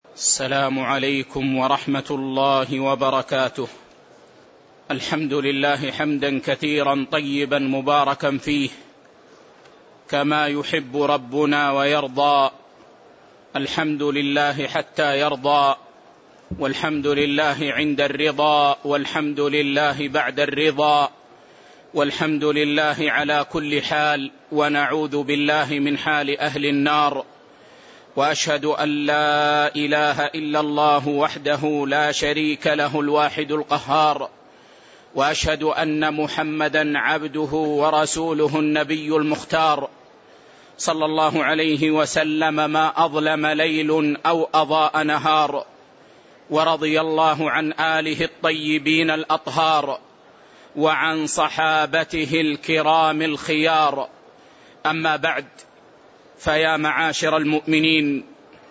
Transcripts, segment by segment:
السلام عليكم ورحمة الله وبركاته. الحمد لله حمدا كثيرا طيبا مباركا فيه كما يحب ربنا ويرضى. الحمد لله حتى يرضى، والحمد لله عند الرضا، والحمد لله بعد الرضا، والحمد لله على كل حال، ونعوذ بالله من حال أهل النار. وأشهد أن لا إله إلا الله وحده لا شريك له الواحد القهار، وأشهد أن محمدا عبده ورسوله النبي المختار، صلى الله عليه وسلم ما أظلم ليل أو أضاء نهار، ورضي الله عن آله الطيبين الأطهار، وعن صحابته الكرام الخيار. أما بعد، فيا معاشر المؤمنين،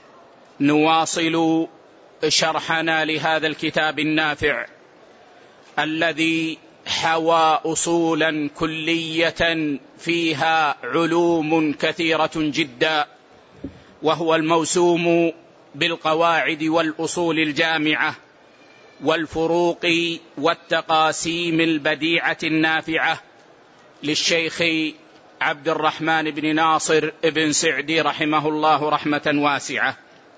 نواصل شرحنا لهذا الكتاب النافع الذي حوى أصولا كلية فيها علوم كثيرة جدا، وهو الموسوم بالقواعد والأصول الجامعة والفروق والتقاسيم البديعة النافعة للشيخ عبد الرحمن بن ناصر بن سعدي رحمه الله رحمة واسعة.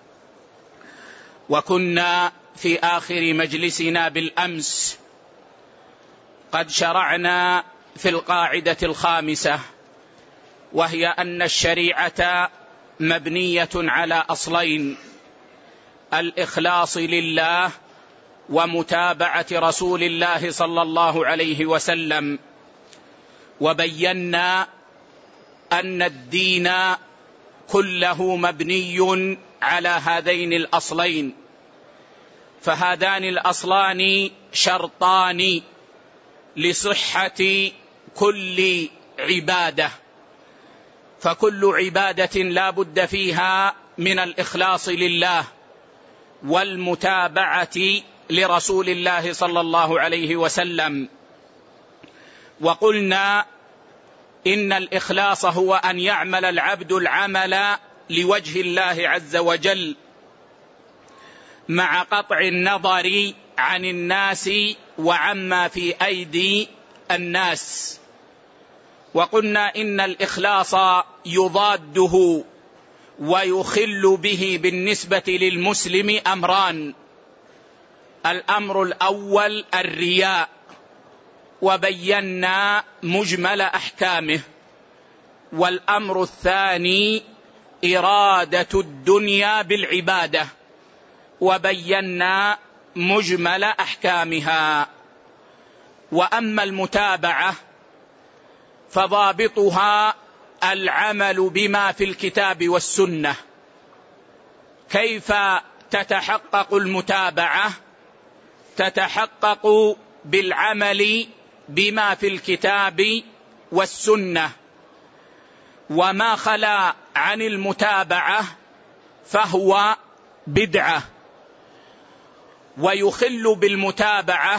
وكنا في آخر مجلسنا بالأمس قد شرعنا في القاعدة الخامسة، وهي أن الشريعة مبنية على أصلين: الإخلاص لله ومتابعة رسول الله صلى الله عليه وسلم. وبينا أن الدين كله مبني على هذين الأصلين، فهذان الأصلان شرطان لصحة كل عبادة، فكل عبادة لا بد فيها من الإخلاص لله والمتابعة لرسول الله صلى الله عليه وسلم. وقلنا إن الإخلاص هو أن يعمل العبد العمل لوجه الله عز وجل مع قطع النظر عن الناس وعما في أيدي الناس. وقلنا إن الإخلاص يضاده ويخل به بالنسبة للمسلم أمران: الأمر الأول الرياء، وبينا مجمل أحكامه، والأمر الثاني إرادة الدنيا بالعبادة، وبينا مجمل أحكامها. وأما المتابعة فضابطها العمل بما في الكتاب والسنة. كيف تتحقق المتابعة؟ تتحقق بالعمل بما في الكتاب والسنة، وما خلا عن المتابعة فهو بدعة. ويخل بالمتابعة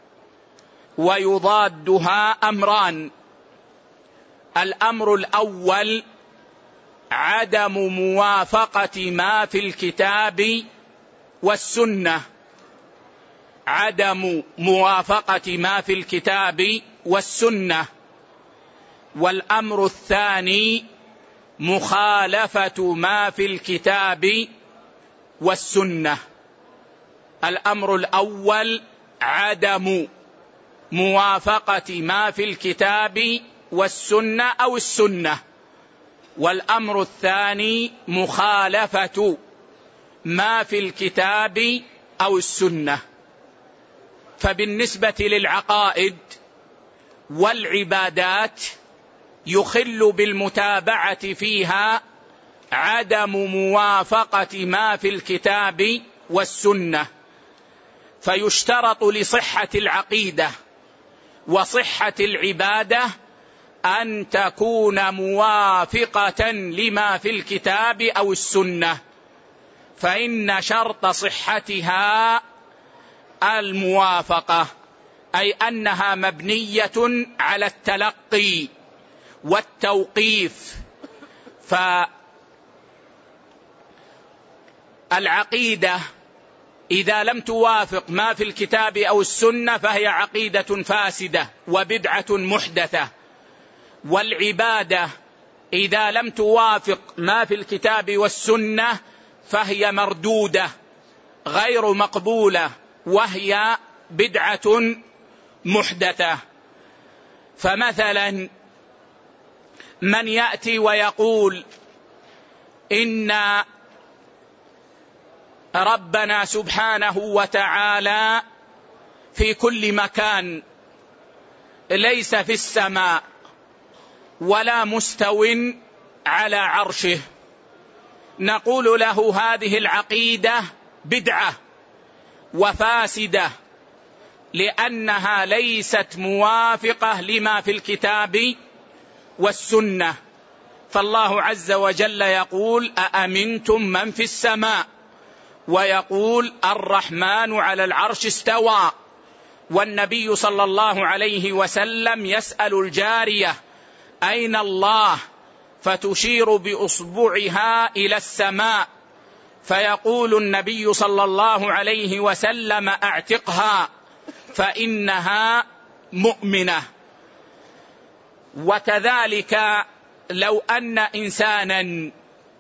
ويضادها أمران: الأمر الأول عدم موافقة ما في الكتاب والسنة، عدم موافقة ما في الكتاب والسنة. والأمر الثاني مخالفة ما في الكتاب والسنة. الأمر الأول عدم موافقة ما في الكتاب والسنة أو السنة، والأمر الثاني مخالفة ما في الكتاب أو السنة. فبالنسبة للعقائد والعبادات يخل بالمتابعة فيها عدم موافقة ما في الكتاب والسنة، فيشترط لصحة العقيدة وصحة العبادة أن تكون موافقة لما في الكتاب أو السنة، فإن شرط صحتها الموافقة، أي أنها مبنية على التلقي والتوقيف. العقيدة إذا لم توافق ما في الكتاب أو السنة فهي عقيدة فاسدة وبدعة محدثة، والعبادة إذا لم توافق ما في الكتاب والسنة فهي مردودة غير مقبولة وهي بدعة محدثة. فمثلا من يأتي ويقول إن ربنا سبحانه وتعالى في كل مكان، ليس في السماء ولا مستو على عرشه، نقول له هذه العقيدة بدعة وفاسدة، لأنها ليست موافقة لما في الكتاب والسنة. فالله عز وجل يقول أأمنتم من في السماء، ويقول الرحمن على العرش استوى، والنبي صلى الله عليه وسلم يسأل الجارية أين الله، فتشير بأصبعها إلى السماء، فيقول النبي صلى الله عليه وسلم أعتقها فإنها مؤمنة. وكذلك لو أن إنسانا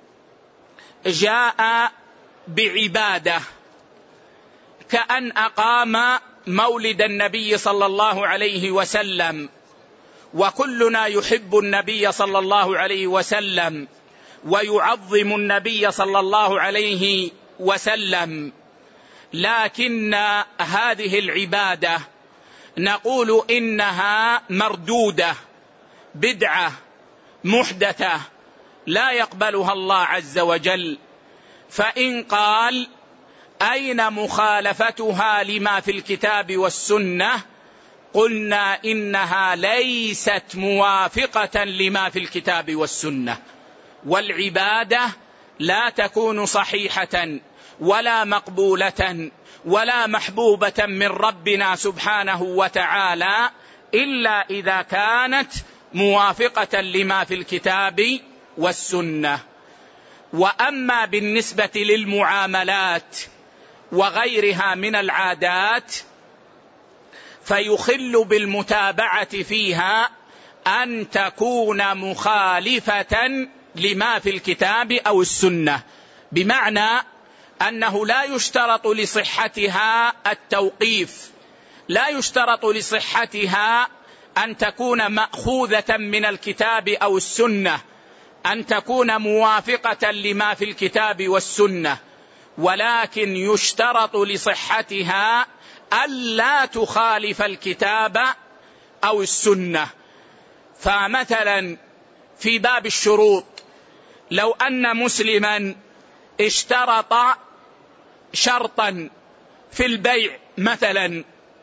جاء بعبادة كأن أقام مولد النبي صلى الله عليه وسلم، وكلنا يحب النبي صلى الله عليه وسلم ويعظم النبي صلى الله عليه وسلم، لكن هذه العبادة نقول إنها مردودة بدعة محدثة لا يقبلها الله عز وجل. فإن قال أين مخالفتها لما في الكتاب والسنة، قلنا إنها ليست موافقة لما في الكتاب والسنة، والعبادة لا تكون صحيحة ولا مقبولة ولا محبوبة من ربنا سبحانه وتعالى إلا إذا كانت موافقة لما في الكتاب والسنة. وأما بالنسبة للمعاملات وغيرها من العادات فيخل بالمتابعة فيها أن تكون مخالفة لما في الكتاب أو السنة، بمعنى أنه لا يشترط لصحتها التوقيف، لا يشترط لصحتها أن تكون مأخوذة من الكتاب أو السنة، أن تكون موافقة لما في الكتاب والسنة، ولكن يشترط لصحتها ألا تخالف الكتاب أو السنة. فمثلا في باب الشروط، لو أن مسلما اشترط شرطا في البيع مثلا،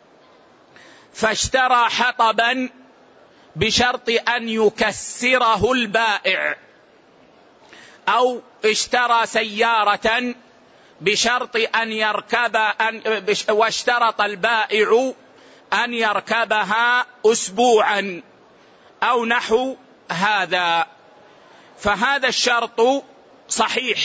فاشترى حطبا بشرط أن يكسره البائع، أو اشترى سيارة بشرط أن يركب واشترط البائع أن يركبها أسبوعا أو نحو هذا، فهذا الشرط صحيح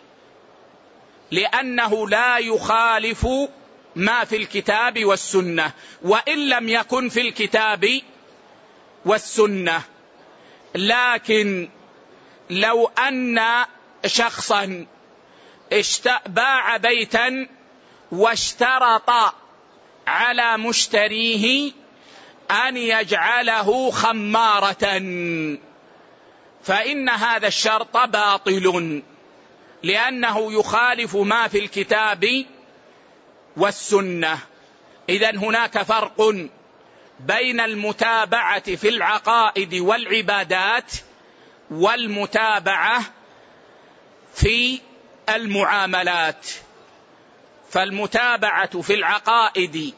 لأنه لا يخالف ما في الكتاب والسنة، وإن لم يكن في الكتاب والسنة. لكن لو أن شخصا باع بيتا واشترط على مشتريه أن يجعله خمارة، فإن هذا الشرط باطل لأنه يخالف ما في الكتاب والسنة. إذن هناك فرق بين المتابعة في العقائد والعبادات والمتابعة في المعاملات. فالمتابعة في العقائد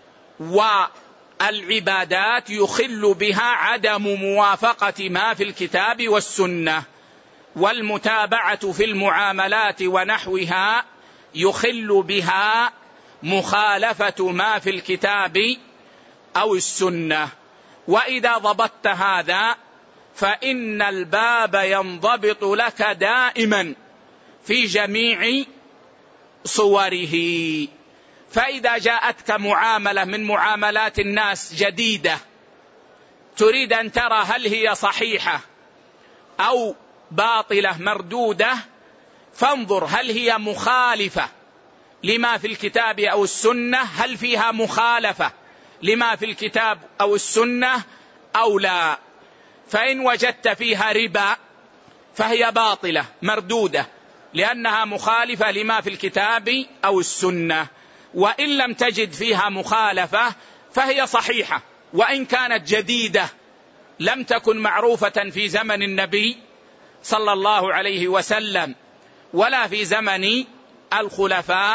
والعبادات يخل بها عدم موافقة ما في الكتاب والسنة، والمتابعة في المعاملات ونحوها يخل بها مخالفة ما في الكتاب أو السنة. وإذا ضبطت هذا فإن الباب ينضبط لك دائما في جميع صوره. فإذا جاءتك معاملة من معاملات الناس جديدة تريد أن ترى هل هي صحيحة أو باطلة مردودة، فانظر هل هي مخالفة لما في الكتاب أو السنة، هل فيها مخالفة لما في الكتاب أو السنة أو لا. فإن وجدت فيها ربا فهي باطلة مردودة لأنها مخالفة لما في الكتاب أو السنة. وإن لم تجد فيها مخالفة فهي صحيحة، وإن كانت جديدة لم تكن معروفة في زمن النبي صلى الله عليه وسلم ولا في زمن الخلفاء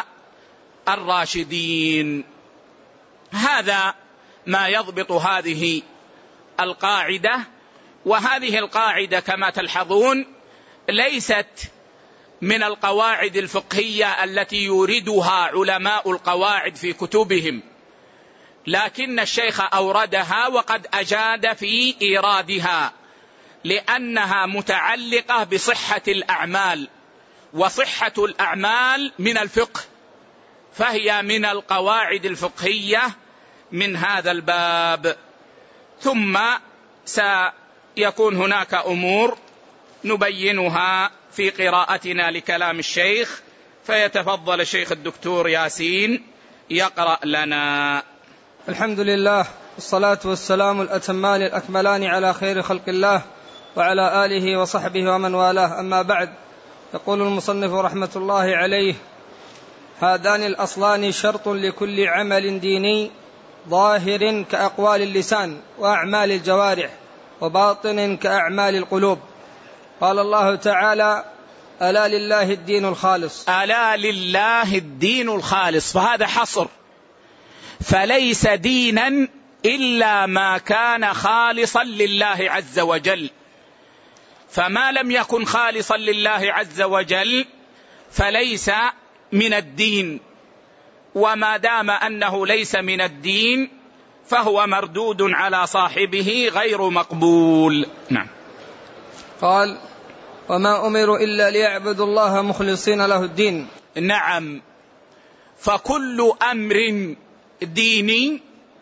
الراشدين. هذا ما يضبط هذه القاعدة. وهذه القاعدة كما تلحظون ليست من القواعد الفقهية التي يوردها علماء القواعد في كتبهم، لكن الشيخ أوردها وقد أجاد في إيرادها لأنها متعلقة بصحة الأعمال، وصحة الأعمال من الفقه، فهي من القواعد الفقهية من هذا الباب. ثم سيكون هناك أمور نبينها في قراءتنا لكلام الشيخ، فيتفضل الشيخ الدكتور ياسين يقرأ لنا. الحمد لله، والصلاة والسلام الأتمان الأكملان على خير خلق الله وعلى آله وصحبه ومن والاه، أما بعد. يقول المصنف رحمة الله عليه: هذان الأصلان شرط لكل عمل ديني ظاهر كأقوال اللسان وأعمال الجوارح، وباطن كأعمال القلوب. قال الله تعالى: ألا لله الدين الخالص. ألا لله الدين الخالص، فهذا حصر، فليس دينا إلا ما كان خالصا لله عز وجل، فما لم يكن خالصا لله عز وجل فليس من الدين، وما دام أنه ليس من الدين فهو مردود على صاحبه غير مقبول. نعم. قال: وما أمروا إلا ليعبدوا الله مخلصين له الدين. نعم، فكل أمر ديني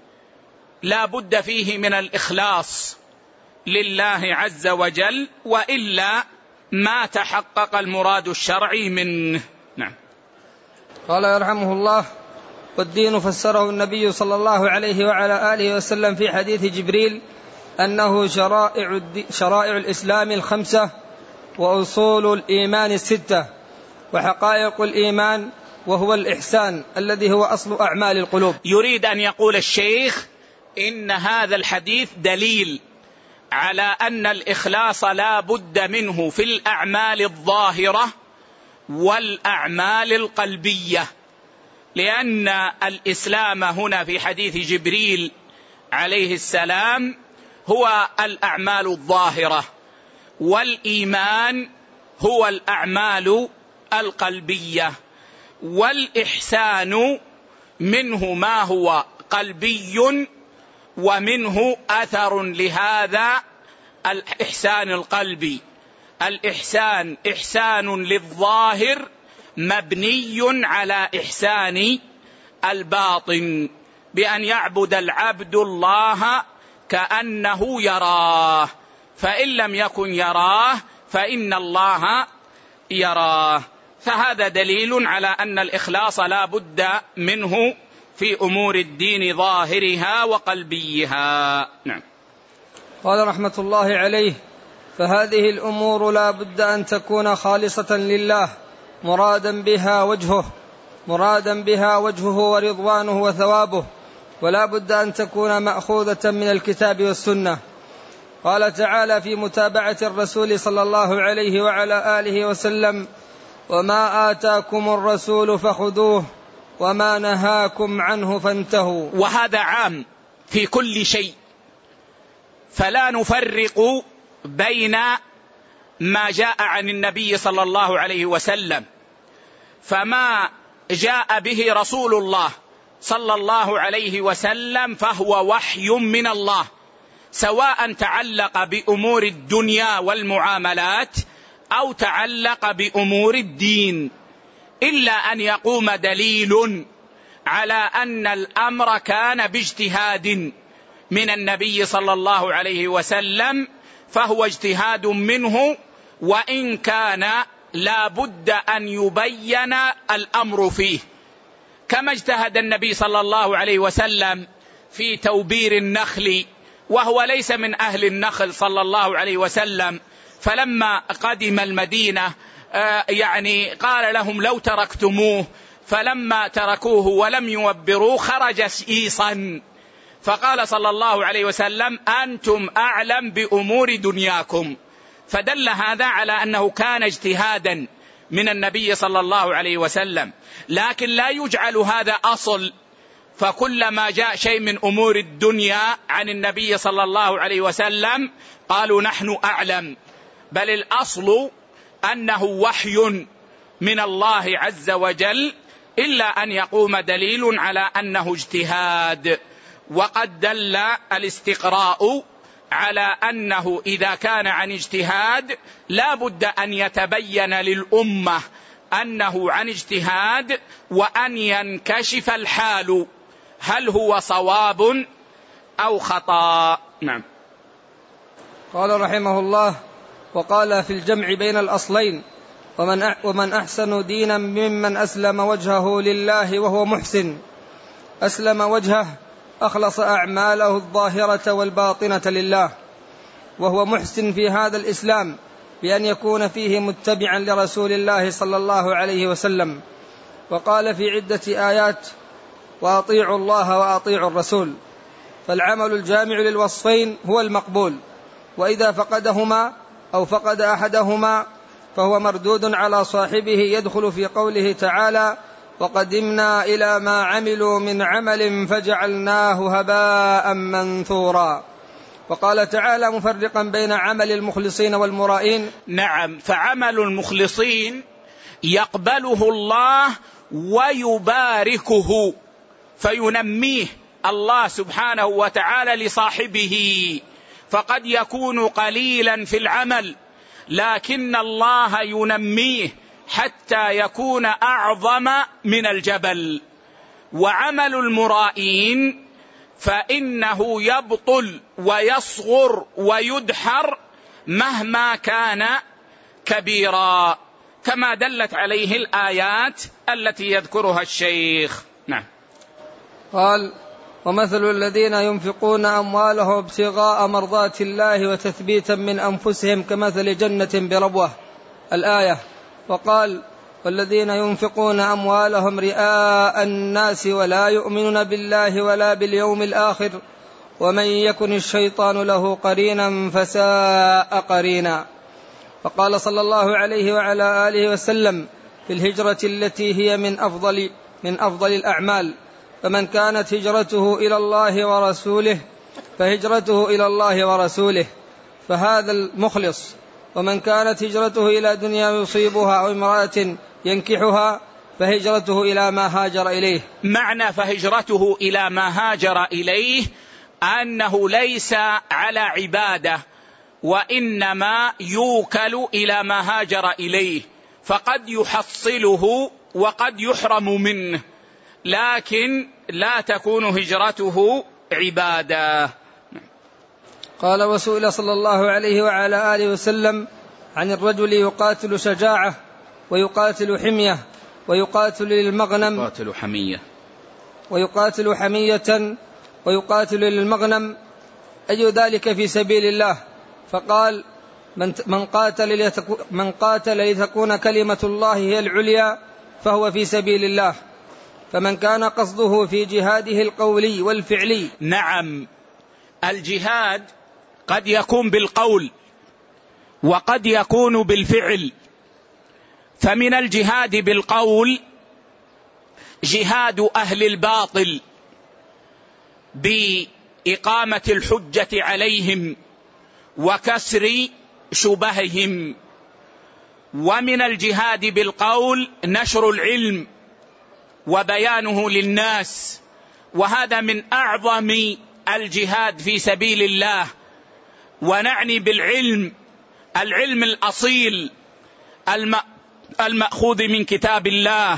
لا بد فيه من الإخلاص لله عز وجل، وإلا ما تحقق المراد الشرعي منه. نعم. قال يرحمه الله: والدين فسره النبي صلى الله عليه وعلى آله وسلم في حديث جبريل أنه شرائع الإسلام 5، وأصول الإيمان 6، وحقائق الإيمان وهو الإحسان الذي هو أصل أعمال القلوب. يريد أن يقول الشيخ إن هذا الحديث دليل على أن الإخلاص لا بد منه في الأعمال الظاهرة والأعمال القلبية، لأن الإسلام هنا في حديث جبريل عليه السلام هو الأعمال الظاهرة، والإيمان هو الأعمال القلبية، والإحسان منه ما هو قلبي ومنه أثر لهذا الإحسان القلبي. الإحسان إحسان للظاهر مبني على إحسان الباطن، بأن يعبد العبد الله كأنه يراه، فإن لم يكن يراه فإن الله يراه. فهذا دليل على أن الإخلاص لا بد منه في أمور الدين ظاهرها وقلبيها. نعم. قال رحمة الله عليه: فهذه الأمور لا بد أن تكون خالصة لله مرادا بها وجهه ورضوانه وثوابه، ولا بد أن تكون مأخوذة من الكتاب والسنة. قال تعالى في متابعة الرسول صلى الله عليه وعلى آله وسلم: وما آتاكم الرسول فخذوه وما نهاكم عنه فانتهوا. وهذا عام في كل شيء، فلا نفرق بين ما جاء عن النبي صلى الله عليه وسلم، فما جاء به رسول الله صلى الله عليه وسلم فهو وحي من الله، سواء تعلق بأمور الدنيا والمعاملات أو تعلق بأمور الدين. إلا أن يقوم دليل على أن الأمر كان باجتهاد من النبي صلى الله عليه وسلم، فهو اجتهاد منه، وإن كان لا بد أن يبين الأمر فيه، كما اجتهد النبي صلى الله عليه وسلم في توبير النخل، وهو ليس من أهل النخل صلى الله عليه وسلم، فلما قدم المدينة قال لهم لو تركتموه، فلما تركوه ولم يوبروه خرج سيصا، فقال صلى الله عليه وسلم أنتم أعلم بأمور دنياكم، فدل هذا على أنه كان اجتهادا من النبي صلى الله عليه وسلم، لكن لا يجعل هذا أصل، فكلما جاء شيء من أمور الدنيا عن النبي صلى الله عليه وسلم قالوا نحن أعلم، بل الأصل أنه وحي من الله عز وجل، إلا أن يقوم دليل على أنه اجتهاد. وقد دل الاستقراء على أنه إذا كان عن اجتهاد لا بد أن يتبين للأمة أنه عن اجتهاد، وأن ينكشف الحال هل هو صواب أو خطأ. نعم. قال رحمه الله: وقال في الجمع بين الأصلين: ومن أحسن دينا ممن أسلم وجهه لله وهو محسن. أسلم وجهه أخلص أعماله الظاهرة والباطنة لله، وهو محسن في هذا الإسلام بأن يكون فيه متبعا لرسول الله صلى الله عليه وسلم. وقال في عدة آيات: وأطيعوا الله وأطيعوا الرسول. فالعمل الجامع للوصفين هو المقبول، وإذا فقدهما أو فقد أحدهما فهو مردود على صاحبه، يدخل في قوله تعالى: وقدمنا إلى ما عملوا من عمل فجعلناه هباء منثورا. وقال تعالى مفرقا بين عمل المخلصين والمرائين: نعم، فعمل المخلصين يقبله الله ويباركه، فينميه الله سبحانه وتعالى لصاحبه، فقد يكون قليلا في العمل لكن الله ينميه حتى يكون أعظم من الجبل. وعمل المرائين فإنه يبطل ويصغر ويدحر مهما كان كبيرا، كما دلت عليه الآيات التي يذكرها الشيخ. نعم. قال: ومثل الذين ينفقون أموالهم ابتغاء مرضات الله وتثبيتا من أنفسهم كمثل جنة بربوة، الآية. وقال: والذين ينفقون أموالهم رئاء الناس ولا يؤمنون بالله ولا باليوم الآخر ومن يكن الشيطان له قرينا فساء قرينا. وقال صلى الله عليه وعلى آله وسلم في الهجرة التي هي من أفضل الأعمال: فمن كانت هجرته إلى الله ورسوله فهجرته إلى الله ورسوله، فهذا المخلص. ومن كانت هجرته إلى دنيا يصيبها أو امرأة ينكحها فهجرته إلى ما هاجر إليه. معنى فهجرته إلى ما هاجر إليه أنه ليس على عبادة، وإنما يوكل إلى ما هاجر إليه، فقد يحصله وقد يحرم منه، لكن لا تكون هجرته عبادة. قال: وسئل صلى الله عليه وعلى آله وسلم عن الرجل يقاتل شجاعة ويقاتل حمية ويقاتل للمغنم، ويقاتل حمية ويقاتل للمغنم، أي ذلك في سبيل الله؟ فقال: من قاتل لتكون كلمة الله هي العليا فهو في سبيل الله. فمن كان قصده في جهاده القولي والفعلي. نعم، الجهاد قد يكون بالقول وقد يكون بالفعل. فمن الجهاد بالقول جهاد أهل الباطل بإقامة الحجة عليهم وكسر شبههم. ومن الجهاد بالقول نشر العلم وبيانه للناس، وهذا من أعظم الجهاد في سبيل الله. ونعني بالعلم العلم الأصيل المأخوذ من كتاب الله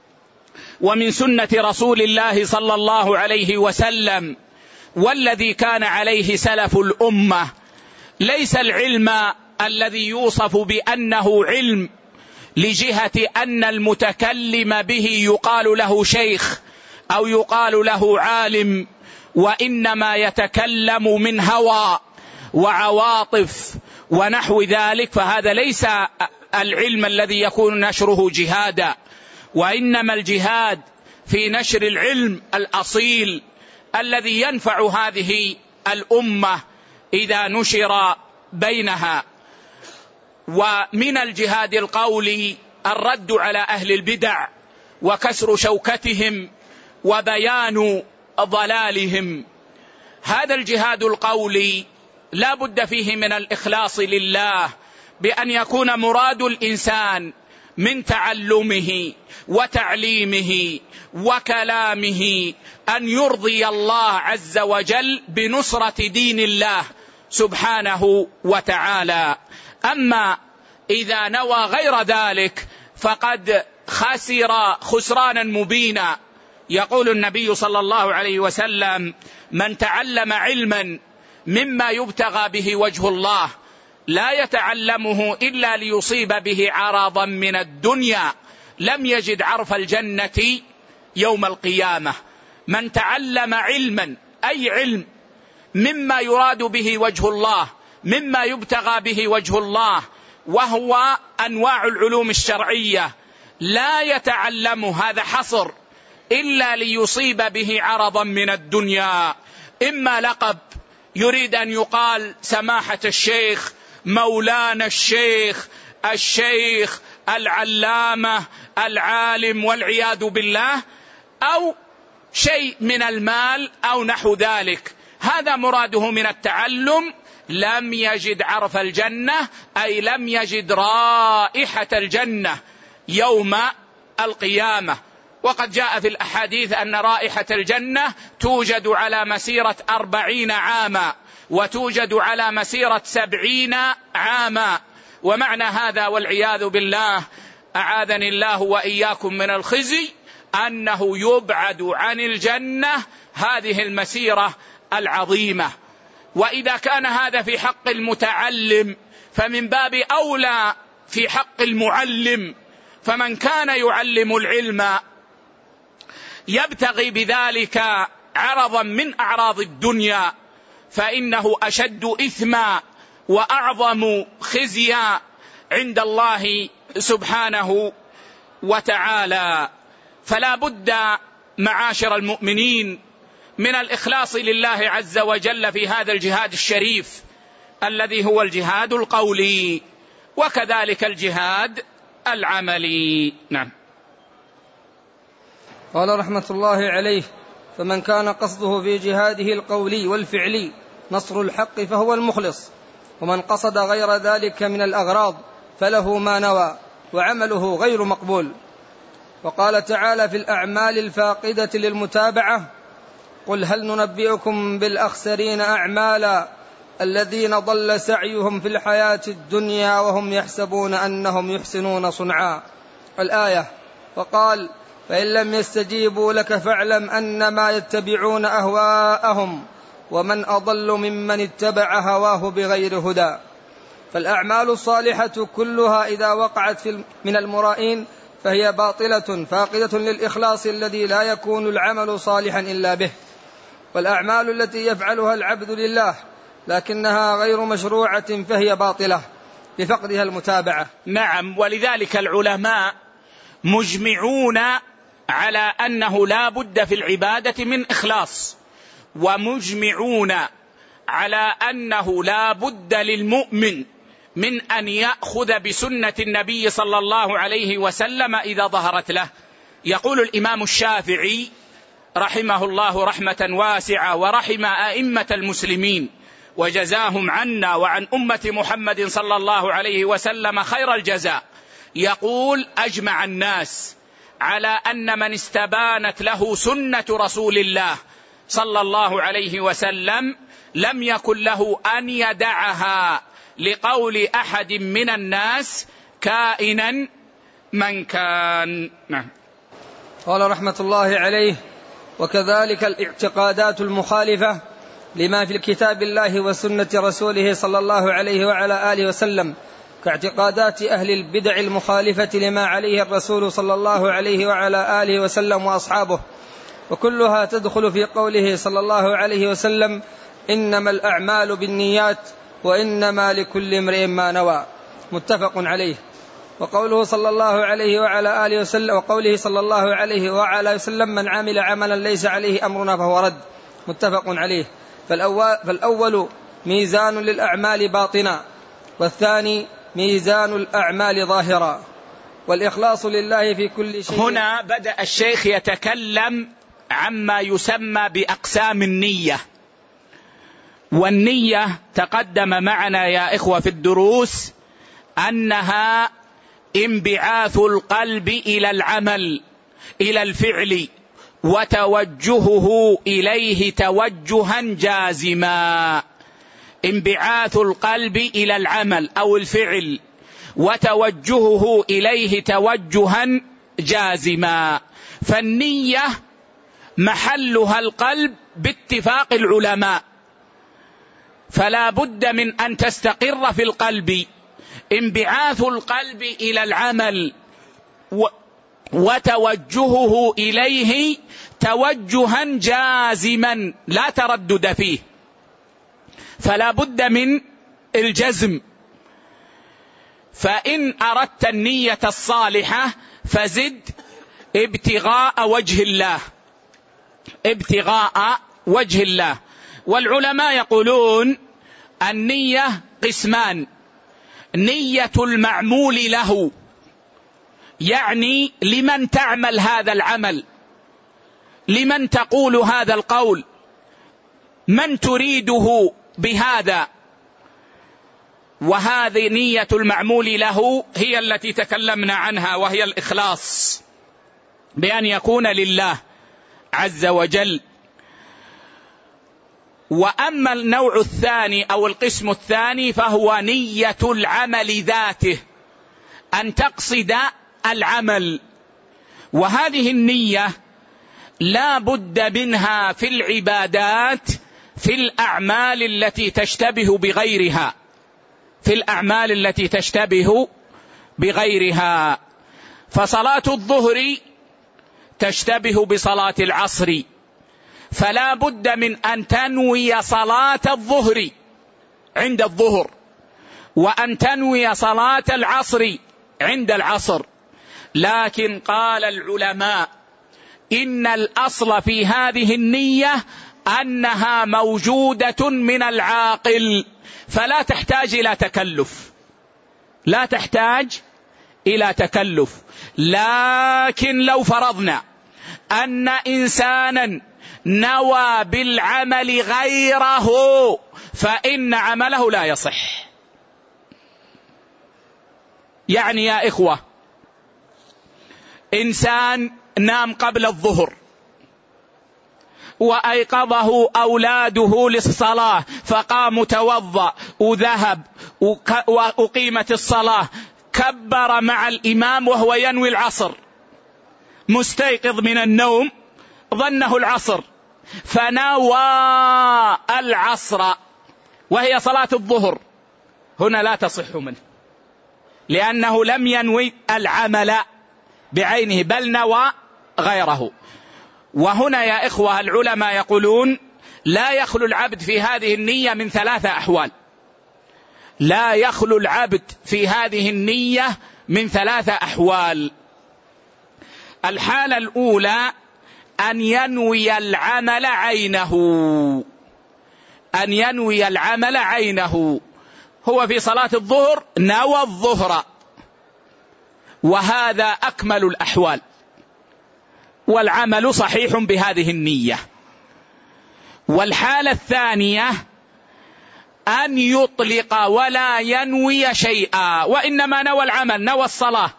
ومن سنة رسول الله صلى الله عليه وسلم والذي كان عليه سلف الأمة. ليس العلم الذي يوصف بأنه علم لجهة أن المتكلم به يقال له شيخ أو يقال له عالم، وإنما يتكلم من هوى وعواطف ونحو ذلك، فهذا ليس العلم الذي يكون نشره جهادا، وإنما الجهاد في نشر العلم الأصيل الذي ينفع هذه الأمة إذا نشر بينها. ومن الجهاد القولي الرد على أهل البدع وكسر شوكتهم وبيان ضلالهم. هذا الجهاد القولي لا بد فيه من الإخلاص لله، بأن يكون مراد الإنسان من تعلمه وتعليمه وكلامه أن يرضي الله عز وجل بنصرة دين الله سبحانه وتعالى. أما إذا نوى غير ذلك فقد خسر خسرانا مبينا. يقول النبي صلى الله عليه وسلم: من تعلم علما مما يبتغى به وجه الله لا يتعلمه إلا ليصيب به عرضا من الدنيا لم يجد عرف الجنة يوم القيامة. من تعلم علما، أي علم، مما يراد به وجه الله، مما يبتغى به وجه الله، وهو أنواع العلوم الشرعية، لا يتعلم، هذا حصر، إلا ليصيب به عرضا من الدنيا، إما لقب يريد أن يقال سماحة الشيخ، مولانا الشيخ، الشيخ، العلامة، العالم، والعياذ بالله، أو شيء من المال أو نحو ذلك. هذا مراده من التعلم. لم يجد عرف الجنة، أي لم يجد رائحة الجنة يوم القيامة. وقد جاء في الأحاديث أن رائحة الجنة توجد على مسيرة 40 عاما، وتوجد على مسيرة 70 عاما. ومعنى هذا والعياذ بالله، أعاذني الله وإياكم من الخزي، أنه يبعد عن الجنة هذه المسيرة العظيمة. وإذا كان هذا في حق المتعلم فمن باب أولى في حق المعلم. فمن كان يعلم العلم يبتغي بذلك عرضا من أعراض الدنيا فإنه أشد إثما وأعظم خزيا عند الله سبحانه وتعالى. فلا بد معاشر المؤمنين من الإخلاص لله عز وجل في هذا الجهاد الشريف الذي هو الجهاد القولي، وكذلك الجهاد العملي. نعم. قال رحمة الله عليه: فمن كان قصده في جهاده القولي والفعلي نصر الحق فهو المخلص، ومن قصد غير ذلك من الأغراض فله ما نوى وعمله غير مقبول. وقال تعالى في الأعمال الفاقدة للمتابعة: قل هل ننبئكم بالأخسرين أعمالا الذين ضل سعيهم في الحياة الدنيا وهم يحسبون أنهم يحسنون صنعا، الآية. وقال: فإن لم يستجيبوا لك فاعلم أنما يتبعون أهواءهم ومن أضل ممن اتبع هواه بغير هدى. فالأعمال الصالحة كلها إذا وقعت من المرائين فهي باطلة فاقدة للإخلاص الذي لا يكون العمل صالحا إلا به. والأعمال التي يفعلها العبد لله لكنها غير مشروعة فهي باطلة بفقدها المتابعة. نعم. ولذلك العلماء مجمعون على أنه لا بد في العبادة من إخلاص، ومجمعون على أنه لا بد للمؤمن من أن يأخذ بسنة النبي صلى الله عليه وسلم إذا ظهرت له. يقول الإمام الشافعي رحمه الله رحمة واسعة ورحم أئمة المسلمين وجزاهم عنا وعن أمة محمد صلى الله عليه وسلم خير الجزاء، يقول: أجمع الناس على أن من استبانت له سنة رسول الله صلى الله عليه وسلم لم يكن له أن يدعها لقول أحد من الناس كائنا من كان. نعم. قال رحمة الله عليه: وكذلك الاعتقادات المخالفة لما في الكتاب الله وسنة رسوله صلى الله عليه وعلى آله وسلم، كاعتقادات أهل البدع المخالفة لما عليه الرسول صلى الله عليه وعلى آله وسلم وأصحابه، وكلها تدخل في قوله صلى الله عليه وسلم: إنما الأعمال بالنيات وإنما لكل امرئ ما نوى، متفق عليه. وقوله صلى الله عليه وعلى آله وسلم، وقوله صلى الله عليه وعلى وسلم: من عمل عملا ليس عليه أمرنا فهو رد، متفق عليه. فالأول ميزان للأعمال باطنا، والثاني ميزان الأعمال ظاهرا، والإخلاص لله في كل شيء. هنا بدأ الشيخ يتكلم عما يسمى بأقسام النية. والنية تقدم معنا يا إخوة في الدروس أنها انبعاث القلب إلى العمل، إلى الفعل، وتوجهه إليه توجها جازما. انبعاث القلب إلى العمل أو الفعل وتوجهه إليه توجها جازما. فالنية محلها القلب باتفاق العلماء، فلا بد من أن تستقر في القلب. انبعاث القلب إلى العمل وتوجهه إليه توجها جازما لا تردد فيه، فلا بد من الجزم. فإن أردت النية الصالحة فزد ابتغاء وجه الله، ابتغاء وجه الله. والعلماء يقولون النية قسمان: نية المعمول له، يعني لمن تعمل هذا العمل، لمن تقول هذا القول، من تريده بهذا. وهذه نية المعمول له هي التي تكلمنا عنها، وهي الإخلاص، بأن يكون لله عز وجل. وأما النوع الثاني أو القسم الثاني فهو نية العمل ذاته، أن تقصد العمل. وهذه النية لا بد منها في العبادات، في الأعمال التي تشتبه بغيرها، في الأعمال التي تشتبه بغيرها. فصلاة الظهر تشتبه بصلاة العصر، فلا بد من أن تنوي صلاة الظهر عند الظهر، وأن تنوي صلاة العصر عند العصر. لكن قال العلماء إن الأصل في هذه النية أنها موجودة من العاقل، فلا تحتاج إلى تكلف، لا تحتاج إلى تكلف. لكن لو فرضنا أن إنسانا نوى بالعمل غيره فإن عمله لا يصح. يعني يا إخوة، إنسان نام قبل الظهر وأيقظه أولاده للصلاة، فقام توضأ وذهب وأقيمت الصلاة، كبر مع الإمام وهو ينوي العصر، مستيقظ من النوم ظنه العصر فنوى العصر وهي صلاة الظهر، هنا لا تصح منه، لأنه لم ينوي العمل بعينه بل نوى غيره. وهنا يا إخوة العلماء يقولون لا يخلو العبد في هذه النية من 3 أحوال، لا يخلو العبد في هذه النية من 3 أحوال. الحالة الأولى أن ينوي العمل عينه، أن ينوي العمل عينه. هو في صلاة الظهر نوى الظهر، وهذا أكمل الأحوال، والعمل صحيح بهذه النية. والحالة الثانية أن يطلق ولا ينوي شيئا، وإنما نوى العمل، نوى الصلاة،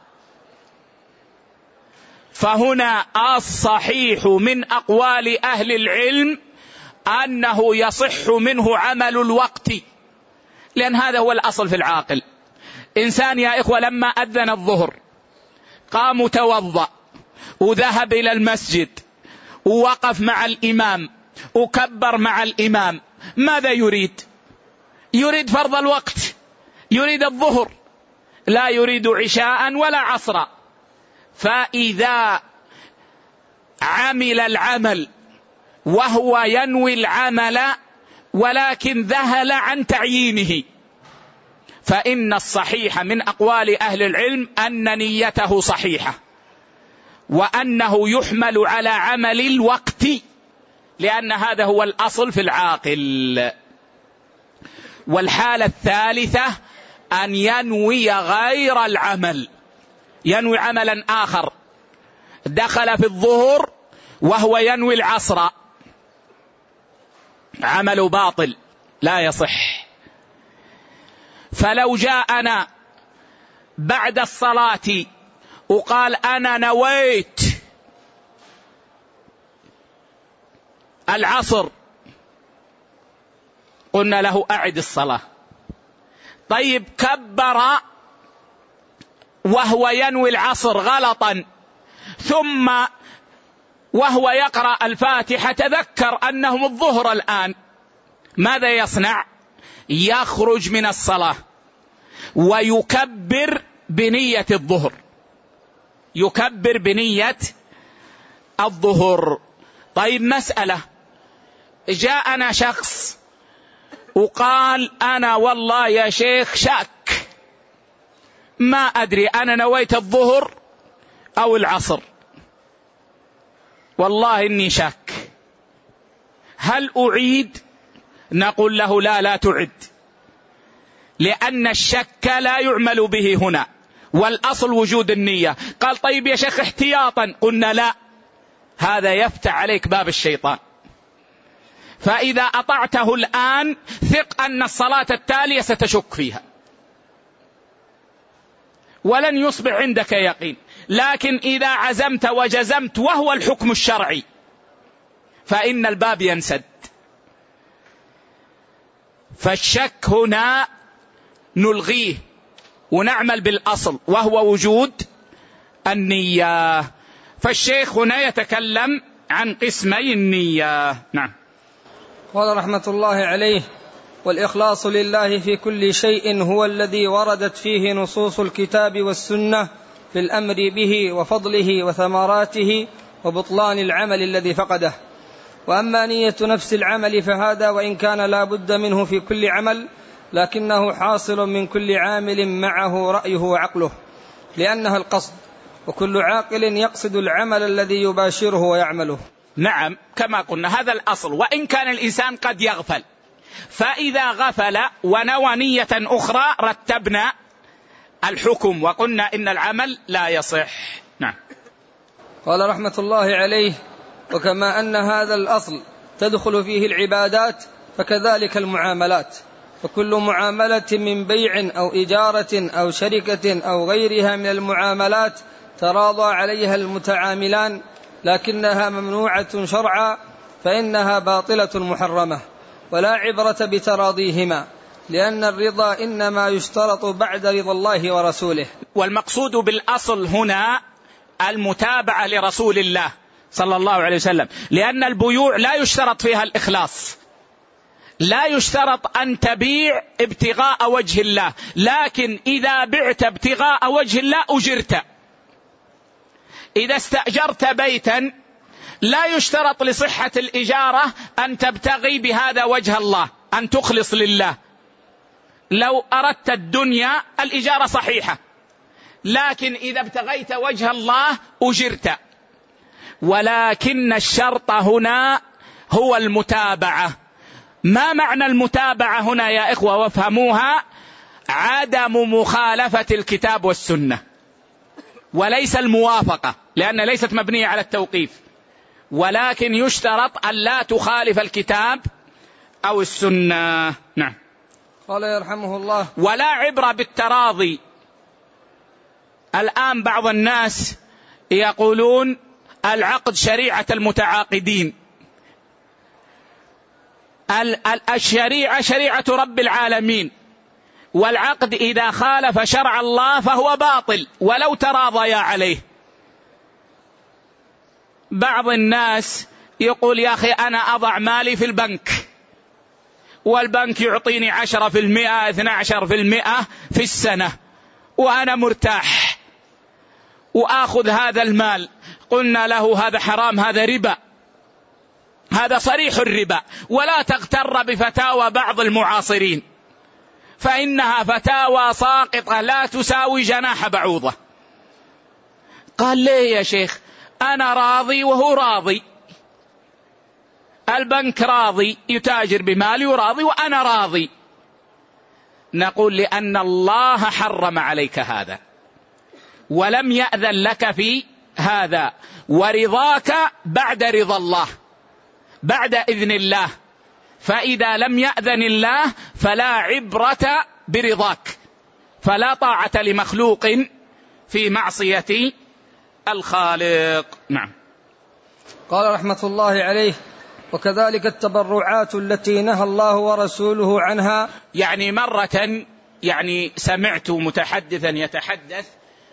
فهنا الصحيح من أقوال أهل العلم أنه يصح منه عمل الوقت، لأن هذا هو الأصل في العاقل. إنسان يا إخوة لما أذن الظهر قام وتوضأ وذهب إلى المسجد ووقف مع الإمام وكبر مع الإمام، ماذا يريد؟ يريد فرض الوقت، يريد الظهر، لا يريد عشاء ولا عصرا. فإذا عمل العمل وهو ينوي العمل ولكن ذهل عن تعيينه، فإن الصحيح من أقوال أهل العلم أن نيته صحيحة، وأنه يحمل على عمل الوقت، لأن هذا هو الأصل في العاقل. والحالة الثالثة أن ينوي غير العمل، ينوي عملا آخر، دخل في الظهر وهو ينوي العصر، عمل باطل لا يصح. فلو جاءنا بعد الصلاة وقال أنا نويت العصر، قلنا له أعد الصلاة. طيب كبر وهو ينوي العصر غلطا، ثم وهو يقرأ الفاتحة تذكر أنهم الظهر الآن، ماذا يصنع؟ يخرج من الصلاة ويكبر بنية الظهر، يكبر بنية الظهر. طيب مسألة، جاءنا شخص وقال أنا والله يا شيخ شاك، ما أدري أنا نويت الظهر أو العصر، والله إني شاك، هل أعيد؟ نقول له لا تعد، لأن الشك لا يعمل به هنا، والأصل وجود النية. قال طيب يا شيخ احتياطا، قلنا لا، هذا يفتح عليك باب الشيطان. فإذا أطعته الآن ثق أن الصلاة التالية ستشك فيها ولن يصبح عندك يقين. لكن إذا عزمت وجزمت وهو الحكم الشرعي فإن الباب ينسد. فالشك هنا نلغيه ونعمل بالأصل وهو وجود النية. فالشيخ هنا يتكلم عن قسمي النية. نعم. قال رحمة الله عليه: والإخلاص لله في كل شيء هو الذي وردت فيه نصوص الكتاب والسنة في الأمر به وفضله وثمراته وبطلان العمل الذي فقده. وأما نية نفس العمل فهذا وإن كان لا بد منه في كل عمل، لكنه حاصل من كل عامل معه رأيه وعقله، لأنها القصد، وكل عاقل يقصد العمل الذي يباشره ويعمله. نعم، كما قلنا هذا الأصل، وإن كان الإنسان قد يغفل، فإذا غفل ونوى نية أخرى رتبنا الحكم وقلنا إن العمل لا يصح. نعم. قال رحمة الله عليه: وكما أن هذا الأصل تدخل فيه العبادات فكذلك المعاملات، فكل معاملة من بيع أو إجارة أو شركة أو غيرها من المعاملات تراضى عليها المتعاملان لكنها ممنوعة شرعا فإنها باطلة محرمة، ولا عبرة بتراضيهما، لأن الرضا إنما يشترط بعد رضا الله ورسوله. والمقصود بالأصل هنا المتابعة لرسول الله صلى الله عليه وسلم، لأن البيوع لا يشترط فيها الإخلاص، لا يشترط أن تبيع ابتغاء وجه الله، لكن إذا بعت ابتغاء وجه الله أجرت. إذا استأجرت بيتا لا يشترط لصحة الإجارة أن تبتغي بهذا وجه الله، أن تخلص لله. لو أردت الدنيا الإجارة صحيحة، لكن إذا ابتغيت وجه الله أجرت. ولكن الشرط هنا هو المتابعة. ما معنى المتابعة هنا يا إخوة وافهموها؟ عدم مخالفة الكتاب والسنة، وليس الموافقة، لأن ليست مبنية على التوقيف، ولكن يشترط أن لا تخالف الكتاب أو السنة. نعم. قال يرحمه الله: ولا عبرة بالتراضي. الآن بعض الناس يقولون العقد شريعة المتعاقدين، الشريعة شريعة رب العالمين، والعقد إذا خالف شرع الله فهو باطل ولو تراضيا عليه. بعض الناس يقول يا أخي أنا أضع مالي في البنك والبنك يعطيني 10%، 12% في السنة وأنا مرتاح وآخذ هذا المال. قلنا له هذا حرام، هذا ربا، هذا صريح الربا. ولا تغتر بفتاوى بعض المعاصرين، فإنها فتاوى ساقطة لا تساوي جناح بعوضة. قال ليه يا شيخ؟ أنا راضي وهو راضي، البنك راضي يتاجر بمالي وراضي وأنا راضي. نقول لأن الله حرم عليك هذا ولم يأذن لك في هذا، ورضاك بعد رضا الله، بعد إذن الله. فإذا لم يأذن الله فلا عبرة برضاك، فلا طاعة لمخلوق في معصية الخالق. نعم. قال رحمة الله عليه: وكذلك التبرعات التي نهى الله ورسوله عنها. يعني مرة سمعت متحدثا يتحدث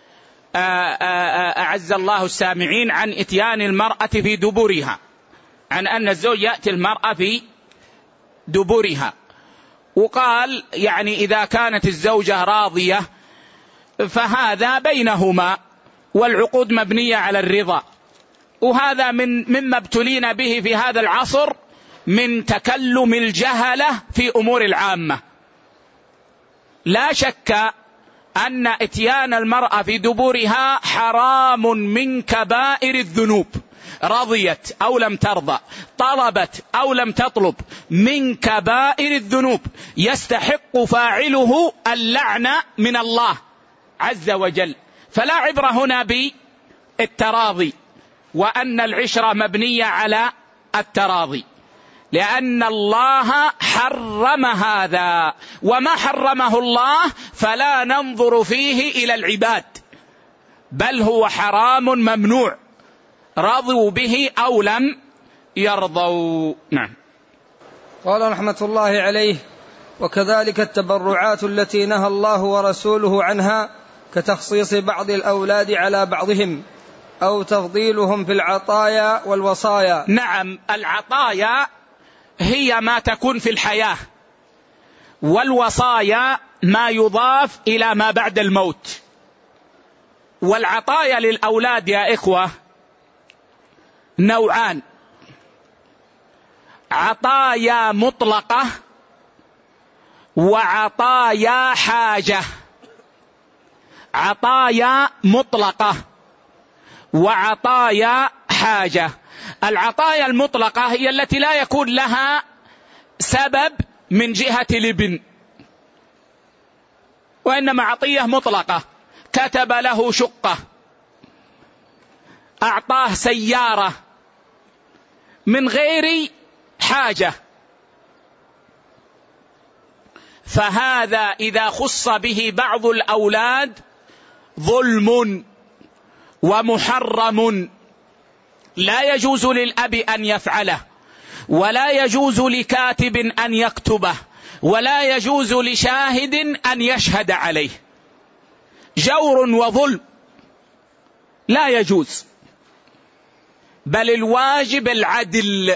أعز الله السامعين عن إتيان المرأة في دبرها، عن أن الزوج يأتي المرأة في دبرها، وقال إذا كانت الزوجة راضية فهذا بينهما والعقود مبنية على الرضا. وهذا مما ابتلينا به في هذا العصر من تكلم الجهلة في أمور العامة. لا شك أن إتيان المرأة في دبرها حرام من كبائر الذنوب، رضيت أو لم ترضى، طلبت أو لم تطلب، من كبائر الذنوب يستحق فاعله اللعنة من الله عز وجل. فلا عبرة هنا بالتراضي، وأن العشرة مبنية على التراضي، لأن الله حرم هذا، وما حرمه الله فلا ننظر فيه إلى العباد، بل هو حرام ممنوع، رضوا به أو لم يرضوا. نعم. قال رحمة الله عليه: وكذلك التبرعات التي نهى الله ورسوله عنها، كتخصيص بعض الأولاد على بعضهم أو تفضيلهم في العطايا والوصايا. نعم، العطايا هي ما تكون في الحياة، والوصايا ما يضاف إلى ما بعد الموت. والعطايا للأولاد يا إخوة نوعان: عطايا مطلقة وعطايا حاجة. عطايا مطلقة وعطايا حاجة. العطايا المطلقة هي التي لا يكون لها سبب من جهة الابن، وإنما عطية مطلقة، كتب له شقة، أعطاه سيارة من غير حاجة، فهذا إذا خص به بعض الأولاد ظلم ومحرم، لا يجوز للأب أن يفعله، ولا يجوز لكاتب أن يكتبه، ولا يجوز لشاهد أن يشهد عليه. جور وظلم لا يجوز، بل الواجب العدل.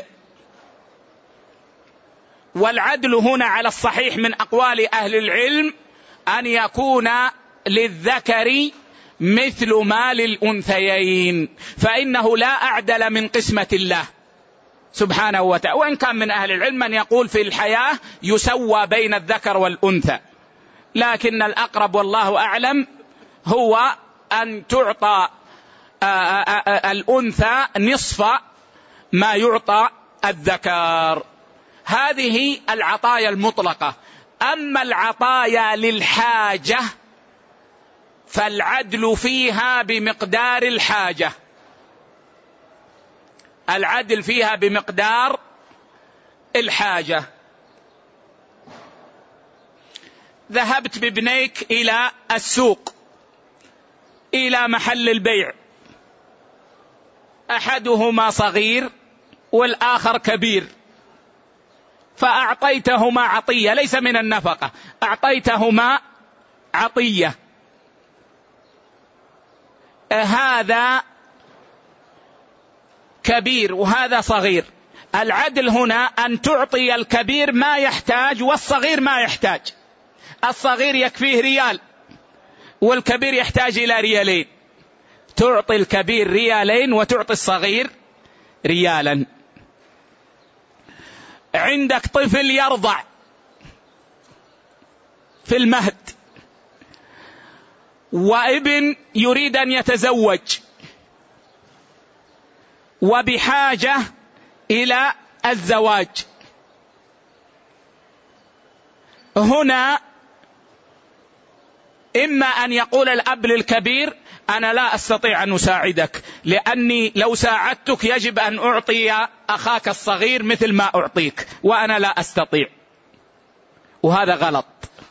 والعدل هنا على الصحيح من أقوال أهل العلم أن يكون للذكر مثل ما للأنثيين، فإنه لا أعدل من قسمة الله سبحانه وتعالى. وإن كان من أهل العلم من يقول في الحياة يسوى بين الذكر والأنثى، لكن الأقرب والله أعلم هو أن تعطى الأنثى نصف ما يعطى الذكر. هذه العطايا المطلقة. أما العطايا للحاجة فالعدل فيها بمقدار الحاجة، العدل فيها بمقدار الحاجة. ذهبت بابنيك إلى السوق، إلى محل البيع، أحدهما صغير والآخر كبير، فأعطيتهما عطية ليس من النفقة، أعطيتهما عطية. هذا كبير وهذا صغير، العدل هنا أن تعطي الكبير ما يحتاج والصغير ما يحتاج. الصغير يكفيه ريال والكبير يحتاج إلى ريالين، تعطي الكبير ريالين وتعطي الصغير ريالا. عندك طفل يرضع في المهد، وابن يريد أن يتزوج وبحاجة إلى الزواج، هنا إما أن يقول الأب للكبير أنا لا أستطيع أن أساعدك، لأني لو ساعدتك يجب أن أعطي أخاك الصغير مثل ما أعطيك وأنا لا أستطيع، وهذا غلط.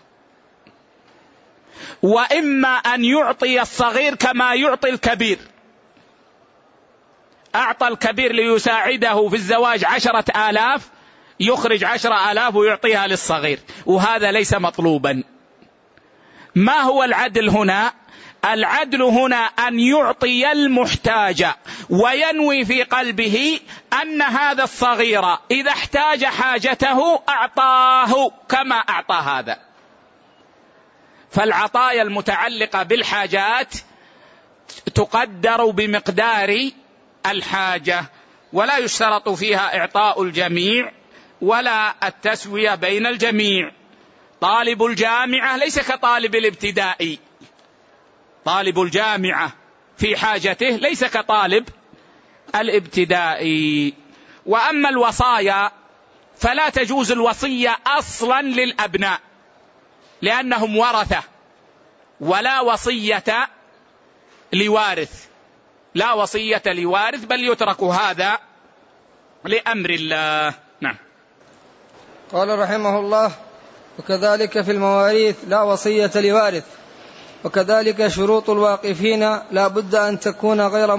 وإما أن يعطي الصغير كما يعطي الكبير، أعطى الكبير ليساعده في الزواج 10,000 يخرج 10,000 ويعطيها للصغير، وهذا ليس مطلوبا. ما هو العدل هنا؟ العدل هنا أن يعطي المحتاج وينوي في قلبه أن هذا الصغير إذا احتاج حاجته أعطاه كما أعطى هذا. فالعطايا المتعلقة بالحاجات تقدر بمقدار الحاجة، ولا يشترط فيها إعطاء الجميع ولا التسوية بين الجميع. طالب الجامعة ليس كطالب الابتدائي، طالب الجامعة في حاجته ليس كطالب الابتدائي. وأما الوصايا فلا تجوز الوصية أصلا للأبناء لأنهم ورثة، ولا وصية لوارث، لا وصية لوارث، بل يترك هذا لأمر الله. نعم. قال رحمه الله: وكذلك في المواريث لا وصية لوارث، وكذلك شروط الواقفين لا بد أن تكون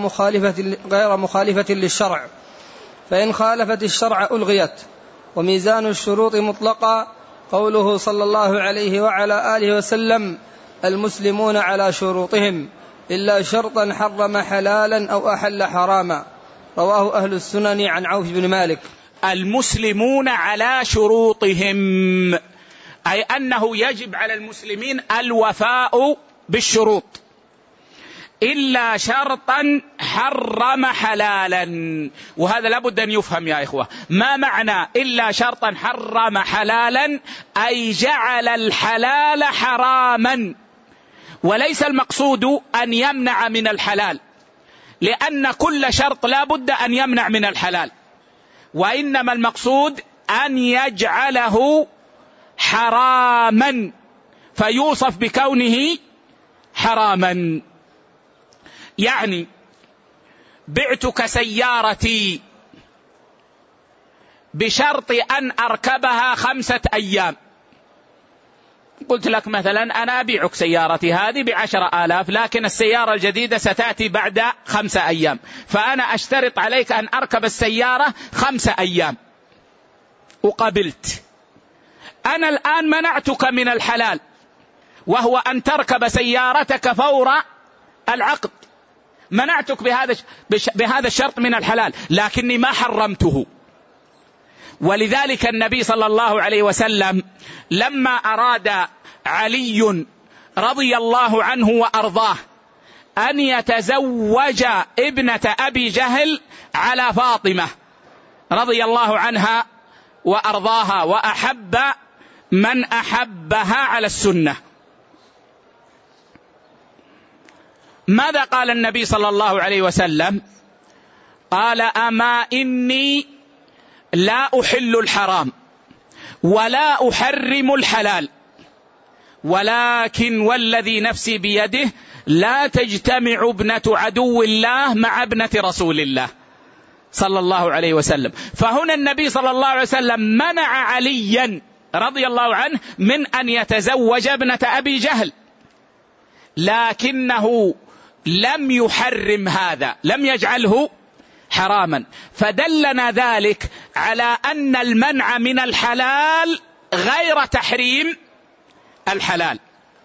غير مخالفة للشرع، فإن خالفت الشرع ألغيت. وميزان الشروط مطلقا قوله صلى الله عليه وعلى آله وسلم: المسلمون على شروطهم إلا شرطا حرم حلالا أو أحل حراما، رواه أهل السنن عن عوف بن مالك. المسلمون على شروطهم، أي أنه يجب على المسلمين الوفاء بالشروط، إلا شرطا حرم حلالا. وهذا لابد أن يفهم يا إخوة، ما معنى إلا شرطا حرم حلالا؟ أي جعل الحلال حراما، وليس المقصود أن يمنع من الحلال، لأن كل شرط لابد أن يمنع من الحلال، وإنما المقصود أن يجعله حراما فيوصف بكونه حراما. يعني بعتك سيارتي بشرط أن أركبها 5 أيام، قلت لك مثلا أنا أبيعك سيارتي هذه ب10,000، لكن السيارة الجديدة ستأتي بعد 5 أيام، فأنا أشترط عليك أن أركب السيارة 5 أيام، وقبلت. أنا الآن منعتك من الحلال، وهو أن تركب سيارتك فور العقد، منعتك بهذا الشرط من الحلال، لكني ما حرمته. ولذلك النبي صلى الله عليه وسلم لما أراد علي رضي الله عنه وأرضاه أن يتزوج ابنة أبي جهل على فاطمة رضي الله عنها وأرضاها، وأحب من أحبها على السنة، ماذا قال النبي صلى الله عليه وسلم؟ قال: أما إني لا أحل الحرام ولا أحرم الحلال، ولكن والذي نفسي بيده لا تجتمع ابنة عدو الله مع ابنة رسول الله صلى الله عليه وسلم. فهنا النبي صلى الله عليه وسلم منع عليا رضي الله عنه من أن يتزوج ابنة أبي جهل، لكنه لم يحرم هذا، لم يجعله حراما. فدلنا ذلك على أن المنع من الحلال غير تحريم الحلال.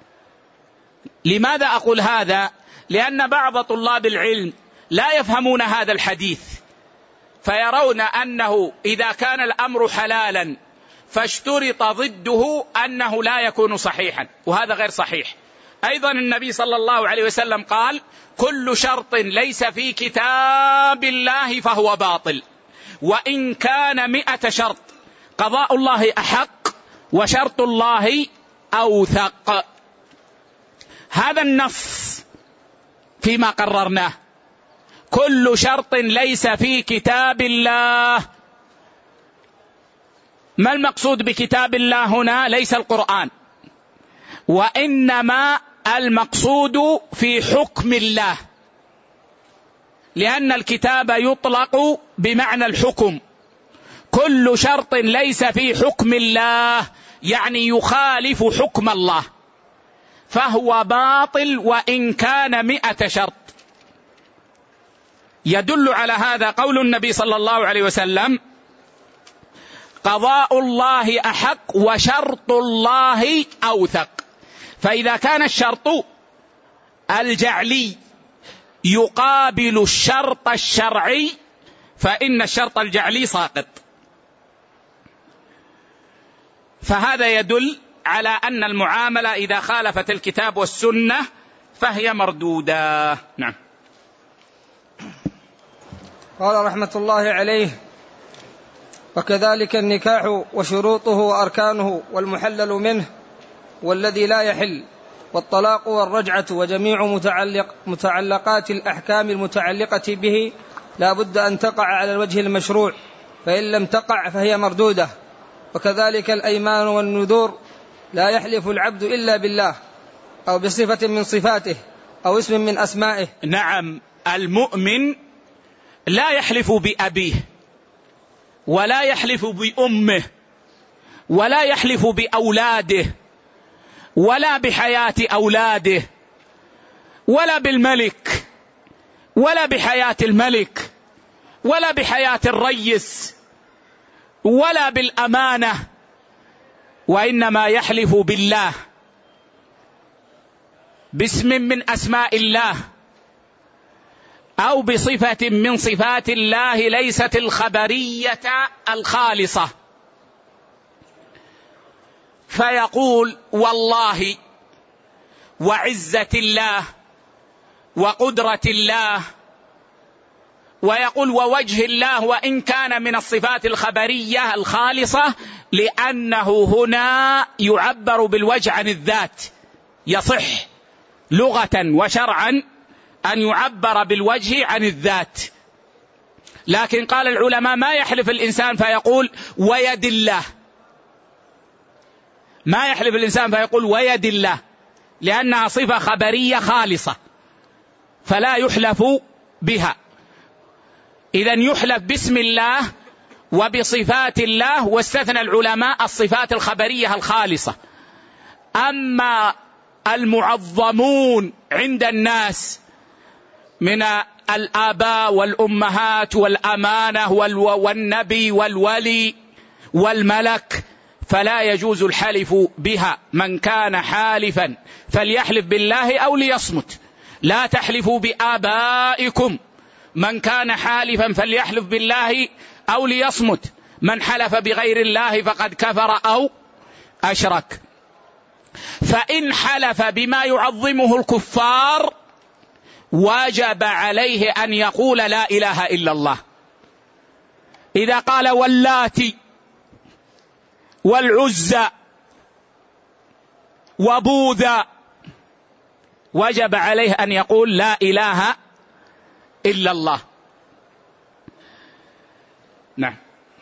لماذا أقول هذا؟ لأن بعض طلاب العلم لا يفهمون هذا الحديث، فيرون أنه إذا كان الأمر حلالا فاشترط ضده أنه لا يكون صحيحا، وهذا غير صحيح. أيضا النبي صلى الله عليه وسلم قال: كل شرط ليس في كتاب الله فهو باطل، وإن كان 100 شرط، قضاء الله أحق وشرط الله أوثق. هذا النص فيما قررناه. كل شرط ليس في كتاب الله. ما المقصود بكتاب الله هنا؟ ليس القرآن، وإنما المقصود في حكم الله، لأن الكتاب يطلق بمعنى الحكم. كل شرط ليس في حكم الله يعني يخالف حكم الله فهو باطل وإن كان 100 شرط. يدل على هذا قول النبي صلى الله عليه وسلم: قضاء الله أحق وشرط الله أوثق. فإذا كان الشرط الجعلي يقابل الشرط الشرعي فإن الشرط الجعلي ساقط. فهذا يدل على أن المعاملة إذا خالفت الكتاب والسنة فهي مردودة. نعم. قال رحمة الله عليه: وكذلك النكاح وشروطه وأركانه والمحلل منه والذي لا يحل، والطلاق والرجعة وجميع متعلقات الأحكام المتعلقة به لا بد أن تقع على الوجه المشروع، فإن لم تقع فهي مردودة. وكذلك الأيمان والنذور لا يحلف العبد إلا بالله أو بصفة من صفاته أو اسم من أسمائه. نعم، المؤمن لا يحلف بأبيه ولا يحلف بأمه ولا يحلف بأولاده ولا بحياة أولاده ولا بالملك ولا بحياة الملك ولا بحياة الرئيس ولا بالأمانة، وإنما يحلف بالله باسم من أسماء الله أو بصفة من صفات الله ليست الخبرية الخالصة، فيقول: والله وعزة الله وقدرة الله، ويقول ووجه الله، وإن كان من الصفات الخبرية الخالصة، لأنه هنا يعبر بالوجه عن الذات. يصح لغة وشرعا أن يعبر بالوجه عن الذات، لكن قال العلماء ما يحلف الإنسان فيقول ويد الله، ما يحلف الإنسان فيقول ويد الله، لأنها صفة خبرية خالصة فلا يحلف بها. إذن يحلف باسم الله وبصفات الله، واستثنى العلماء الصفات الخبرية الخالصة. أما المعظمون عند الناس من الآباء والأمهات والأمانة والنبي والولي والملك فلا يجوز الحلف بها. من كان حالفا فليحلف بالله أو ليصمت، لا تحلفوا بآبائكم. من كان حالفا فليحلف بالله أو ليصمت، من حلف بغير الله فقد كفر أو أشرك. فإن حلف بما يعظمه الكفار وجب عليه أن يقول لا إله إلا الله. إذا قال واللاتي والعزى وبوذا وجب عليه أن يقول لا إله إلا الله. نعم.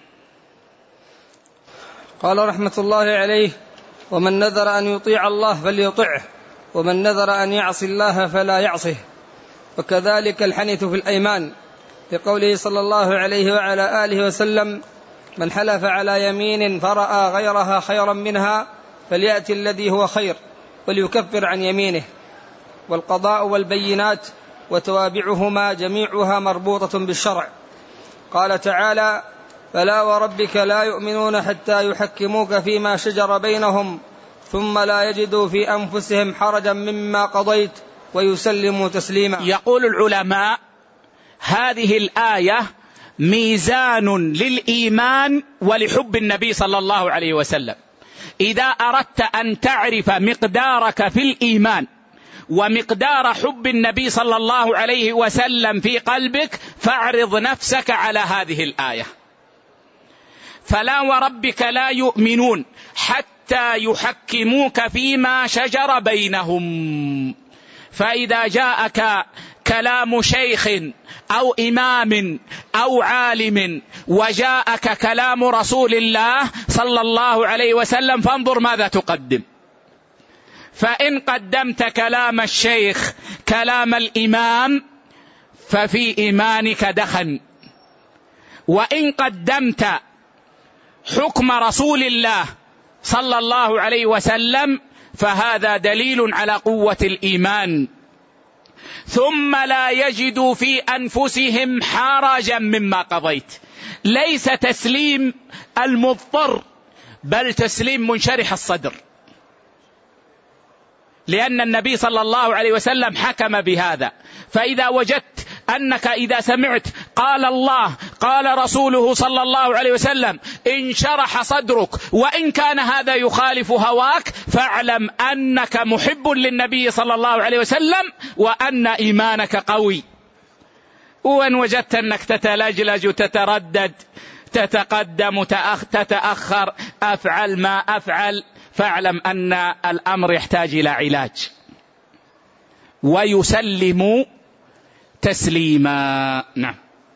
قال رحمة الله عليه: ومن نذر أن يطيع الله فليطعه، ومن نذر أن يعصي الله فلا يعصه. وكذلك الحنث في الأيمان، لقوله صلى الله عليه وعلى آله وسلم: من حلف على يمين فرأى غيرها خيرا منها فليأتي الذي هو خير وليكفر عن يمينه. والقضاء والبينات وتوابعهما جميعها مربوطة بالشرع. قال تعالى: فلا وربك لا يؤمنون حتى يحكموك فيما شجر بينهم ثم لا يجدوا في أنفسهم حرجا مما قضيت ويسلموا تسليما. يقول العلماء: هذه الآية ميزان للإيمان ولحب النبي صلى الله عليه وسلم. إذا أردت أن تعرف مقدارك في الإيمان ومقدار حب النبي صلى الله عليه وسلم في قلبك فاعرض نفسك على هذه الآية: فلا وربك لا يؤمنون حتى يحكموك فيما شجر بينهم. فإذا جاءك كلام شيخ أو إمام أو عالم وجاءك كلام رسول الله صلى الله عليه وسلم فانظر ماذا تقدم. فإن قدمت كلام الشيخ كلام الإمام ففي إيمانك دخن، وإن قدمت حكم رسول الله صلى الله عليه وسلم فهذا دليل على قوة الإيمان. ثم لا يجدوا في أنفسهم حرجا مما قضيت، ليس تسليم المضطر بل تسليم منشرح الصدر، لأن النبي صلى الله عليه وسلم حكم بهذا. فإذا وجدت أنك إذا سمعت قال الله قال رسوله صلى الله عليه وسلم انشرح صدرك، وإن كان هذا يخالف هواك فاعلم أنك محب للنبي صلى الله عليه وسلم وأن إيمانك قوي. وإن وجدت أنك تتلجلج وتتردد تتقدم تتأخر أفعل ما أفعل فاعلم أن الأمر يحتاج إلى علاج. ويسلم تسليما. نعم.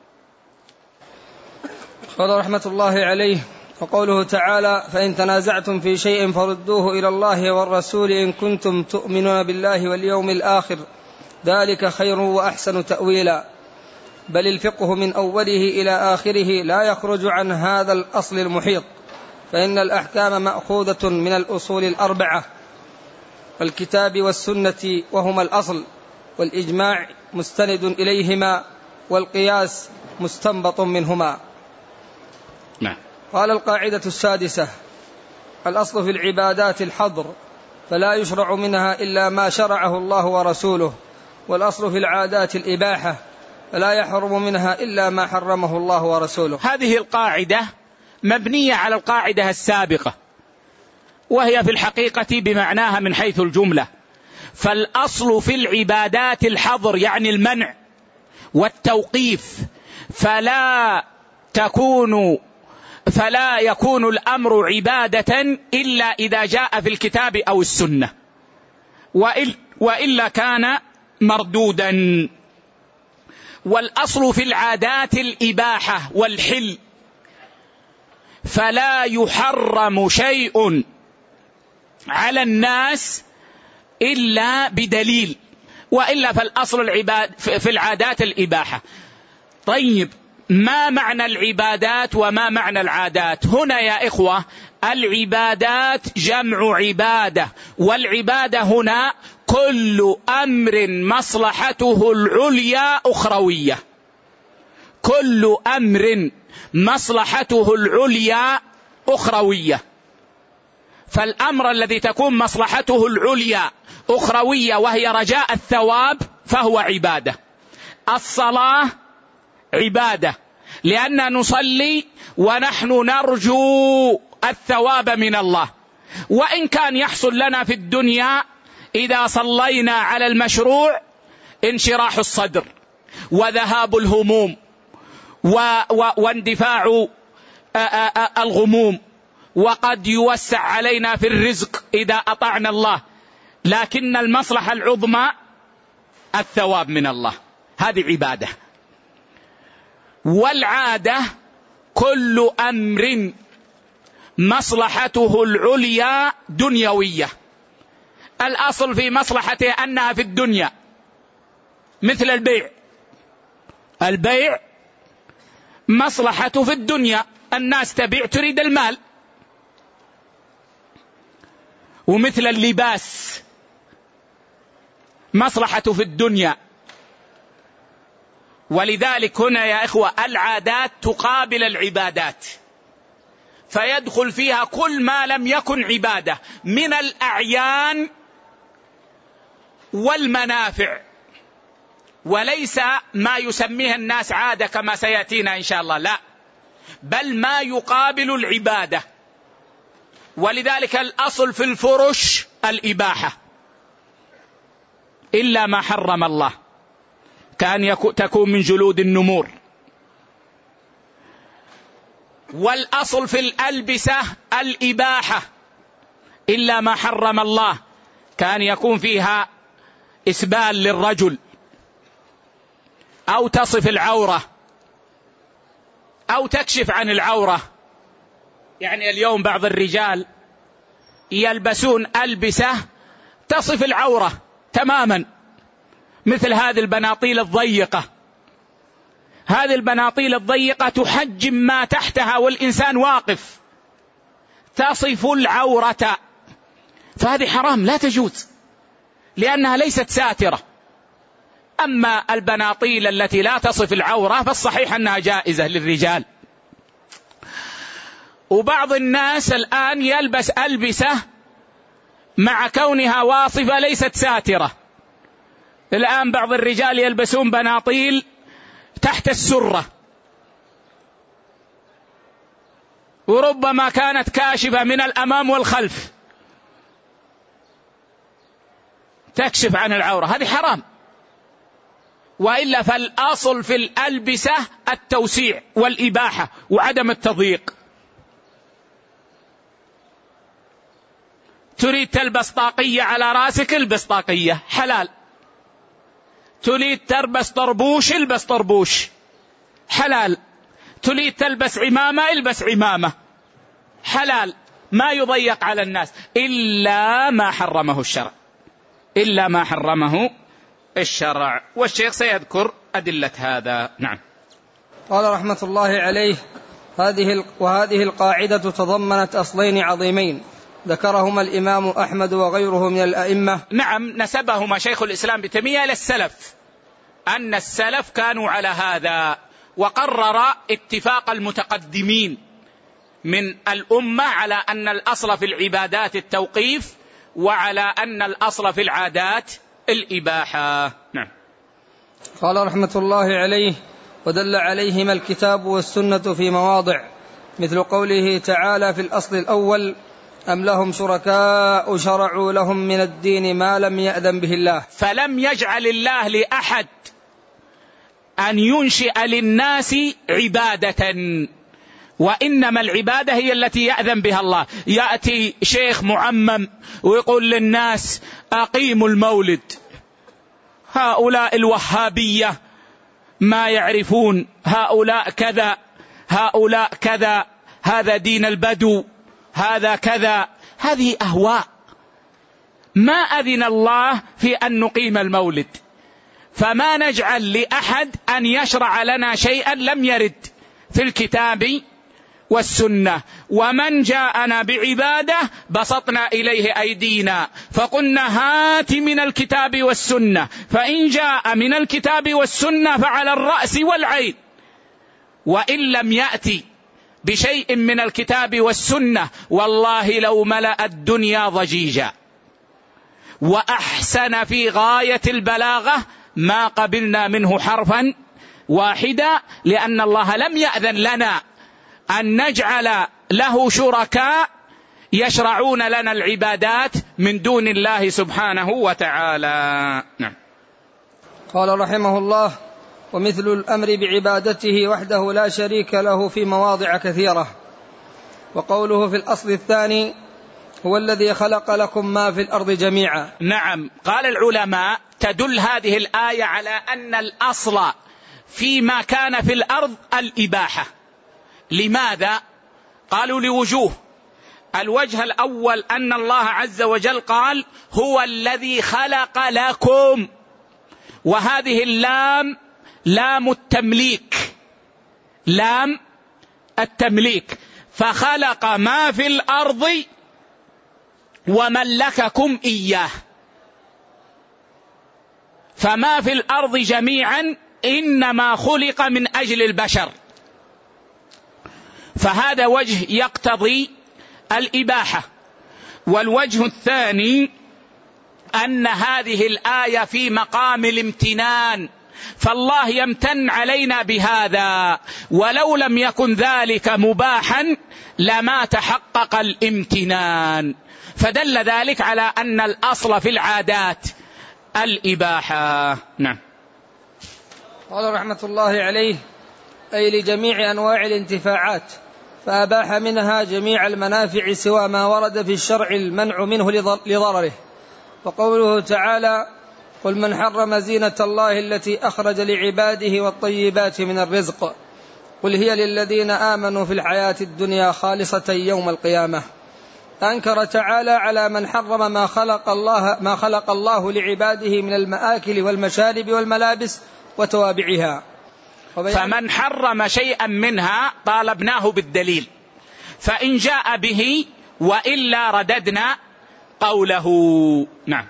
قال رحمة الله عليه: وقوله تعالى: فإن تنازعتم في شيء فردوه إلى الله والرسول إن كنتم تؤمنون بالله واليوم الآخر ذلك خير وأحسن تأويلا. بل الفقه من أوله إلى آخره لا يخرج عن هذا الأصل المحيط، فإن الأحكام مأخوذة من الأصول الأربعة: الكتاب والسنة وهما الأصل، والإجماع مستند إليهما، والقياس مستنبط منهما. نعم. قال: القاعدة السادسة: الأصل في العبادات الحظر، فلا يشرع منها إلا ما شرعه الله ورسوله. والأصل في العادات الإباحة، فلا يحرم منها إلا ما حرمه الله ورسوله. هذه القاعدة مبنية على القاعدة السابقة، وهي في الحقيقة بمعناها من حيث الجملة. فالأصل في العبادات الحظر، يعني المنع والتوقيف، فلا يكون الأمر عبادة إلا إذا جاء في الكتاب أو السنة، وإلا كان مردودا. والأصل في العادات الإباحة والحل، فلا يحرم شيء على الناس إلا بدليل، وإلا فالأصل في العادات الإباحة. طيب، ما معنى العبادات وما معنى العادات؟ هنا يا إخوة العبادات جمع عبادة، والعبادة هنا كل أمر مصلحته العليا أخروية، كل أمر مصلحته العليا أخروية. فالأمر الذي تكون مصلحته العليا أخروية وهي رجاء الثواب فهو عبادة. الصلاة عبادة، لأننا نصلي ونحن نرجو الثواب من الله، وإن كان يحصل لنا في الدنيا إذا صلينا على المشروع انشراح الصدر وذهاب الهموم واندفاع الغموم، وقد يوسع علينا في الرزق إذا أطعنا الله، لكن المصلحة العظمى الثواب من الله، هذه عبادة. والعادة كل أمر مصلحته العليا دنيوية، الأصل في مصلحته أنها في الدنيا، مثل البيع مصلحته في الدنيا، الناس تبيع تريد المال. ومثل اللباس مصلحته في الدنيا. ولذلك هنا يا إخوة العادات تقابل العبادات، فيدخل فيها كل ما لم يكن عبادة من الأعيان والمنافع وليس ما يسميه الناس عادة كما سيأتينا إن شاء الله، لا، بل ما يقابل العبادة. ولذلك الأصل في الفرش الإباحة إلا ما حرم الله، كأن تكون من جلود النمور. والأصل في الألبسة الإباحة إلا ما حرم الله، كأن يكون فيها إسبال للرجل أو تصف العورة أو تكشف عن العورة. يعني اليوم بعض الرجال يلبسون ألبسة تصف العورة تماما، مثل هذه البناطيل الضيقة. هذه البناطيل الضيقة تحجم ما تحتها والإنسان واقف، تصف العورة، فهذه حرام لا تجوز لأنها ليست ساترة. أما البناطيل التي لا تصف العورة فالصحيح أنها جائزة للرجال. وبعض الناس الآن يلبس ألبسة مع كونها واصفة ليست ساترة. الآن بعض الرجال يلبسون بناطيل تحت السرة، وربما كانت كاشفة من الأمام والخلف تكشف عن العورة، هذه حرام. وإلا فالأصل في الألبسة التوسيع والإباحة وعدم التضييق. تريد تلبس طاقية على راسك، البس طاقية حلال. تريد تلبس طربوش، البس طربوش حلال. تريد تلبس عمامة، البس عمامة حلال، ما يضيق على الناس إلا ما حرمه الشرع، إلا ما حرمه الشرع. والشيخ سيذكر أدلة هذا. نعم. قال رحمة الله عليه: وهذه القاعدة تضمنت أصلين عظيمين ذكرهما الإمام أحمد وغيره من الأئمة. نعم، نسبهما شيخ الإسلام ابن تيمية إلى السلف، أن السلف كانوا على هذا، وقرر اتفاق المتقدمين من الأمة على أن الأصل في العبادات التوقيف، وعلى أن الأصل في العادات الإباحة. نعم. قال رحمة الله عليه: ودل عليهما الكتاب والسنة في مواضع، مثل قوله تعالى في الأصل الأول: أم لهم شركاء شرعوا لهم من الدين ما لم يأذن به الله. فلم يجعل الله لأحد أن ينشئ للناس عبادة، وإنما العبادة هي التي يأذن بها الله. يأتي شيخ معمم ويقول للناس: أقيموا المولد، هؤلاء الوهابية ما يعرفون، هؤلاء كذا، هؤلاء كذا، هذا دين البدو، هذا كذا. هذه أهواء، ما أذن الله في أن نقيم المولد. فما نجعل لأحد أن يشرع لنا شيئا لم يرد في الكتاب والسنة. ومن جاءنا بعبادة بسطنا إليه أيدينا فقلنا: هات من الكتاب والسنة. فإن جاء من الكتاب والسنة فعلى الرأس والعين. وإن لم يأتي بشيء من الكتاب والسنة والله لو ملأ الدنيا ضجيجا وأحسن في غاية البلاغة ما قبلنا منه حرفا واحدا، لأن الله لم يأذن لنا أن نجعل له شركاء يشرعون لنا العبادات من دون الله سبحانه وتعالى. نعم. قال رحمه الله: ومثل الأمر بعبادته وحده لا شريك له في مواضع كثيرة. وقوله في الأصل الثاني: هو الذي خلق لكم ما في الأرض جميعا. نعم. قال العلماء: تدل هذه الآية على أن الأصل فيما كان في الأرض الإباحة. لماذا؟ قالوا لوجوه. الوجه الأول أن الله عز وجل قال: هو الذي خلق لكم، وهذه اللام لام التمليك، لام التمليك، فخلق ما في الأرض وملككم إياه. فما في الأرض جميعا إنما خلق من أجل البشر، فهذا وجه يقتضي الإباحة. والوجه الثاني أن هذه الآية في مقام الامتنان فالله يمتن علينا بهذا، ولو لم يكن ذلك مباحا لما تحقق الامتنان. فدل ذلك على أن الأصل في العادات الإباحة. نعم. قال رحمة الله عليه: أي لجميع أنواع الانتفاعات، فأباح منها جميع المنافع سوى ما ورد في الشرع المنع منه لضرره. وقوله تعالى: قل من حرم زينة الله التي أخرج لعباده والطيبات من الرزق قل هي للذين آمنوا في الحياة الدنيا خالصة يوم القيامة. أنكر تعالى على من حرم ما خلق الله لعباده من المآكل والمشارب والملابس وتوابعها. فمن حرم شيئا منها طالبناه بالدليل، فإن جاء به وإلا رددنا قوله. نعم.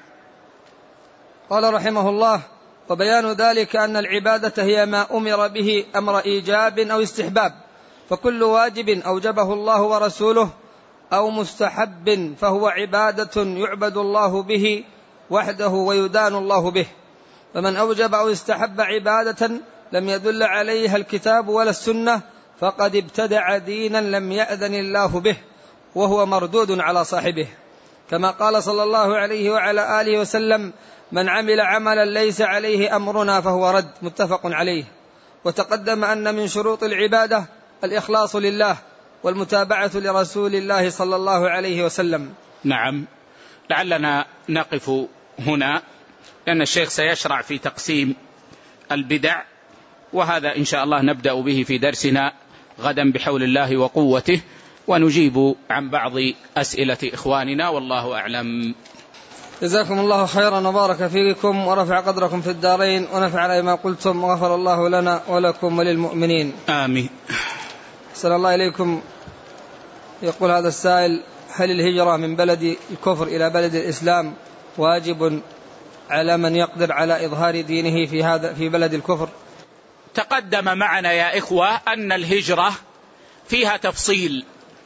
قال رحمه الله: وبيان ذلك أن العبادة هي ما أمر به أمر إيجاب أو استحباب، فكل واجب أوجبه الله ورسوله أو مستحب فهو عبادة يعبد الله به وحده ويدان الله به. فمن أوجب أو استحب عبادة لم يدل عليها الكتاب ولا السنة فقد ابتدع دينا لم يأذن الله به، وهو مردود على صاحبه، كما قال صلى الله عليه وعلى آله وسلم: من عمل عملا ليس عليه أمرنا فهو رد. متفق عليه. وتقدم أن من شروط العبادة الإخلاص لله والمتابعة لرسول الله صلى الله عليه وسلم. نعم. لعلنا نقف هنا لأن الشيخ سيشرع في تقسيم البدع، وهذا إن شاء الله نبدأ به في درسنا غدا بحول الله وقوته، ونجيب عن بعض أسئلة إخواننا، والله أعلم. جزاكم الله خيرا وبارك فيكم ورفع قدركم في الدارين ونفعنا بما قلتم وغفر الله لنا ولكم وللمؤمنين. آمين. أحسن الله إليكم. يقول هذا السائل: هل الهجرة من بلد الكفر إلى بلد الإسلام واجب على من يقدر على إظهار دينه في بلد الكفر؟ تقدم معنا يا إخوة أن الهجرة فيها تفصيل،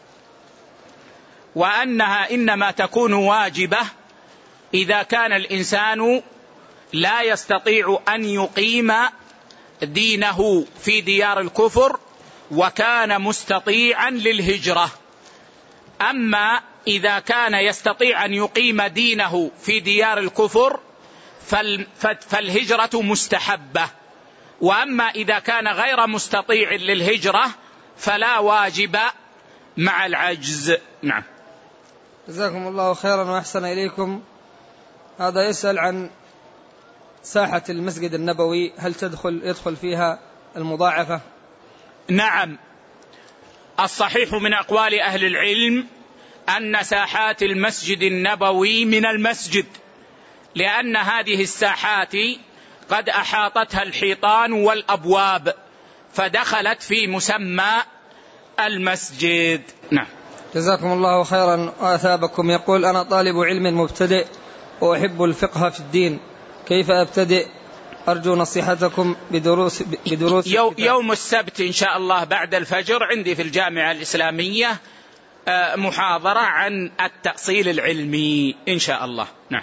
وأنها إنما تكون واجبة إذا كان الإنسان لا يستطيع أن يقيم دينه في ديار الكفر وكان مستطيعا للهجرة. أما إذا كان يستطيع أن يقيم دينه في ديار الكفر فالهجرة مستحبة، وأما إذا كان غير مستطيع للهجرة فلا واجب مع العجز. نعم. جزاكم الله خيرا وأحسن إليكم. هذا يسأل عن ساحة المسجد النبوي، هل يدخل فيها المضاعفة؟ نعم. الصحيح من أقوال أهل العلم أن ساحات المسجد النبوي من المسجد، لأن هذه الساحات قد أحاطتها الحيطان والأبواب فدخلت في مسمى المسجد. نعم. جزاكم الله خيرا وأثابكم. يقول: أنا طالب علم مبتدئ وأحب الفقه في الدين، كيف أبتدئ؟ أرجو نصيحتكم بدروس يوم السبت إن شاء الله بعد الفجر عندي في الجامعة الإسلامية محاضرة عن التأصيل العلمي إن شاء الله. نعم.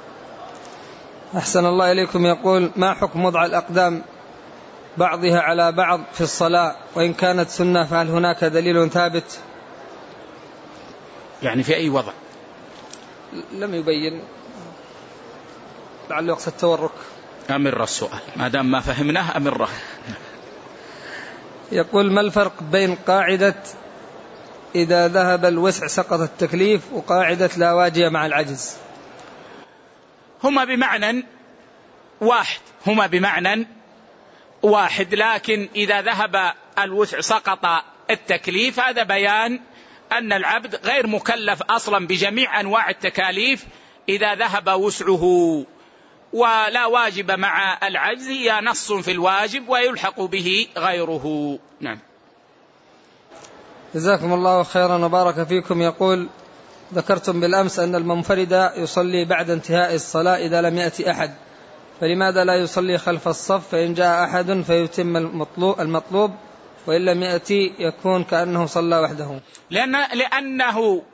أحسن الله إليكم. يقول: ما حكم وضع الأقدام بعضها على بعض في الصلاة وإن كانت سنة، فهل هناك دليل ثابت؟ يعني في أي وضع؟ لم يبين، لعله يقصد التورك. أمر السؤال ما دام ما فهمناه أمره. يقول: ما الفرق بين قاعدة إذا ذهب الوسع سقط التكليف وقاعدة لا واجب مع العجز؟ هما بمعنى واحد، لكن إذا ذهب الوسع سقط التكليف، هذا بيان أن العبد غير مكلف أصلا بجميع أنواع التكاليف إذا ذهب وسعه. ولا واجب مع العجز هي نص في الواجب ويلحق به غيره. نعم. جزاكم الله خيرا وبارك فيكم. يقول: ذكرتم بالأمس أن المنفرد يصلي بعد انتهاء الصلاة إذا لم يأتي أحد، فلماذا لا يصلي خلف الصف فإن جاء أحد فيتم المطلوب وإن لم يأتي يكون كأنه صلى وحده؟ لأنه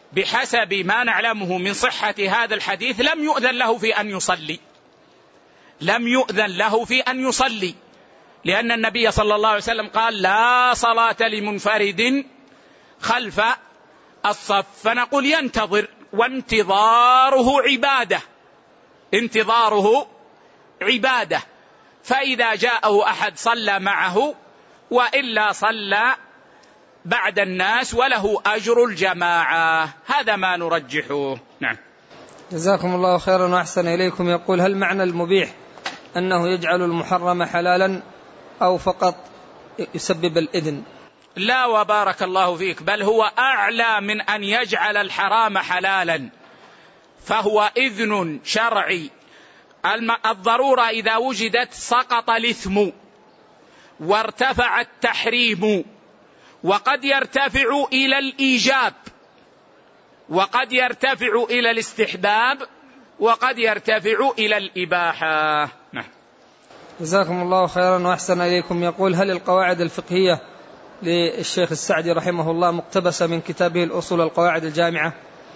بحسب ما نعلمه من صحة هذا الحديث لم يؤذن له في أن يصلي، لم يؤذن له في أن يصلي، لأن النبي صلى الله عليه وسلم قال لا صلاة لمنفرد خلف الصف. فنقول ينتظر، وانتظاره عبادة، انتظاره عبادة. فإذا جاءه أحد صلى معه، وإلا صلى بعد الناس وله أجر الجماعة. هذا ما نرجحه. نعم. جزاكم الله خيرا وأحسن إليكم. يقول: هل معنى المبيح أنه يجعل المحرم حلالا أو فقط يسبب الإذن؟ لا وبارك الله فيك، بل هو أعلى من أن يجعل الحرام حلالا، فهو إذن شرعي. الضرورة إذا وجدت سقط الإثم وارتفع التحريم، وقد يرتفع إلى الإيجاب، وقد يرتفع إلى الاستحباب، وقد يرتفع إلى الإباحة. نعم. جزاكم الله خيرا وأحسن إليكم. يقول: هل القواعد الفقهية للشيخ السعدي رحمه الله مقتبسة من كتابه الأصول القواعد الجامعة؟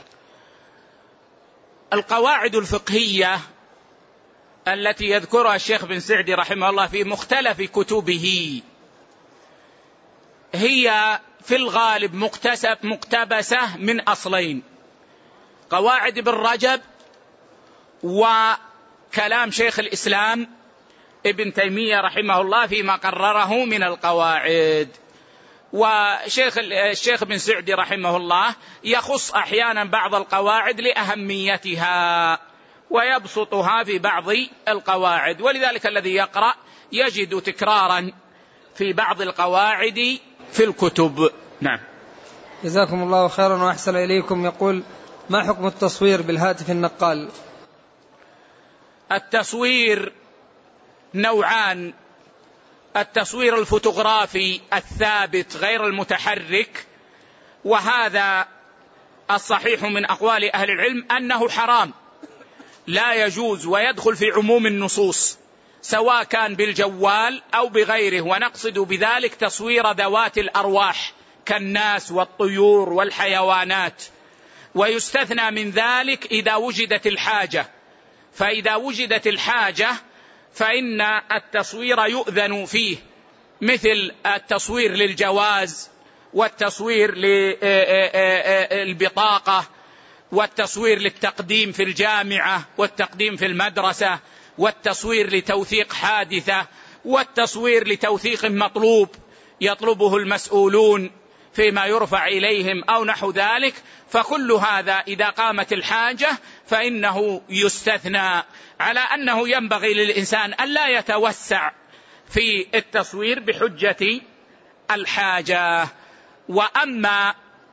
القواعد الفقهية التي يذكرها الشيخ بن سعدي رحمه الله في مختلف كتبه هي في الغالب مقتبسة من أصلين: قواعد ابن رجب وكلام شيخ الإسلام ابن تيمية رحمه الله فيما قرره من القواعد. الشيخ بن سعدي رحمه الله يخص أحيانا بعض القواعد لأهميتها ويبسطها في بعض القواعد، ولذلك الذي يقرأ يجد تكرارا في بعض القواعد في الكتب. نعم. جزاكم الله خيرا وأحسن إليكم. يقول: ما حكم التصوير بالهاتف النقال؟ التصوير نوعان: التصوير الفوتوغرافي الثابت غير المتحرك، وهذا الصحيح من أقوال أهل العلم أنه حرام لا يجوز، ويدخل في عموم النصوص سواء كان بالجوال أو بغيره، ونقصد بذلك تصوير ذوات الأرواح كالناس والطيور والحيوانات، ويستثنى من ذلك إذا وجدت الحاجة. فإذا وجدت الحاجة فإن التصوير يؤذن فيه، مثل التصوير للجواز، والتصوير للبطاقة، والتصوير للتقديم في الجامعة، والتقديم في المدرسة، والتصوير لتوثيق حادثة، والتصوير لتوثيق مطلوب يطلبه المسؤولون فيما يرفع إليهم أو نحو ذلك. فكل هذا إذا قامت الحاجة فإنه يستثنى، على أنه ينبغي للإنسان أن لا يتوسع في التصوير بحجة الحاجة. وأما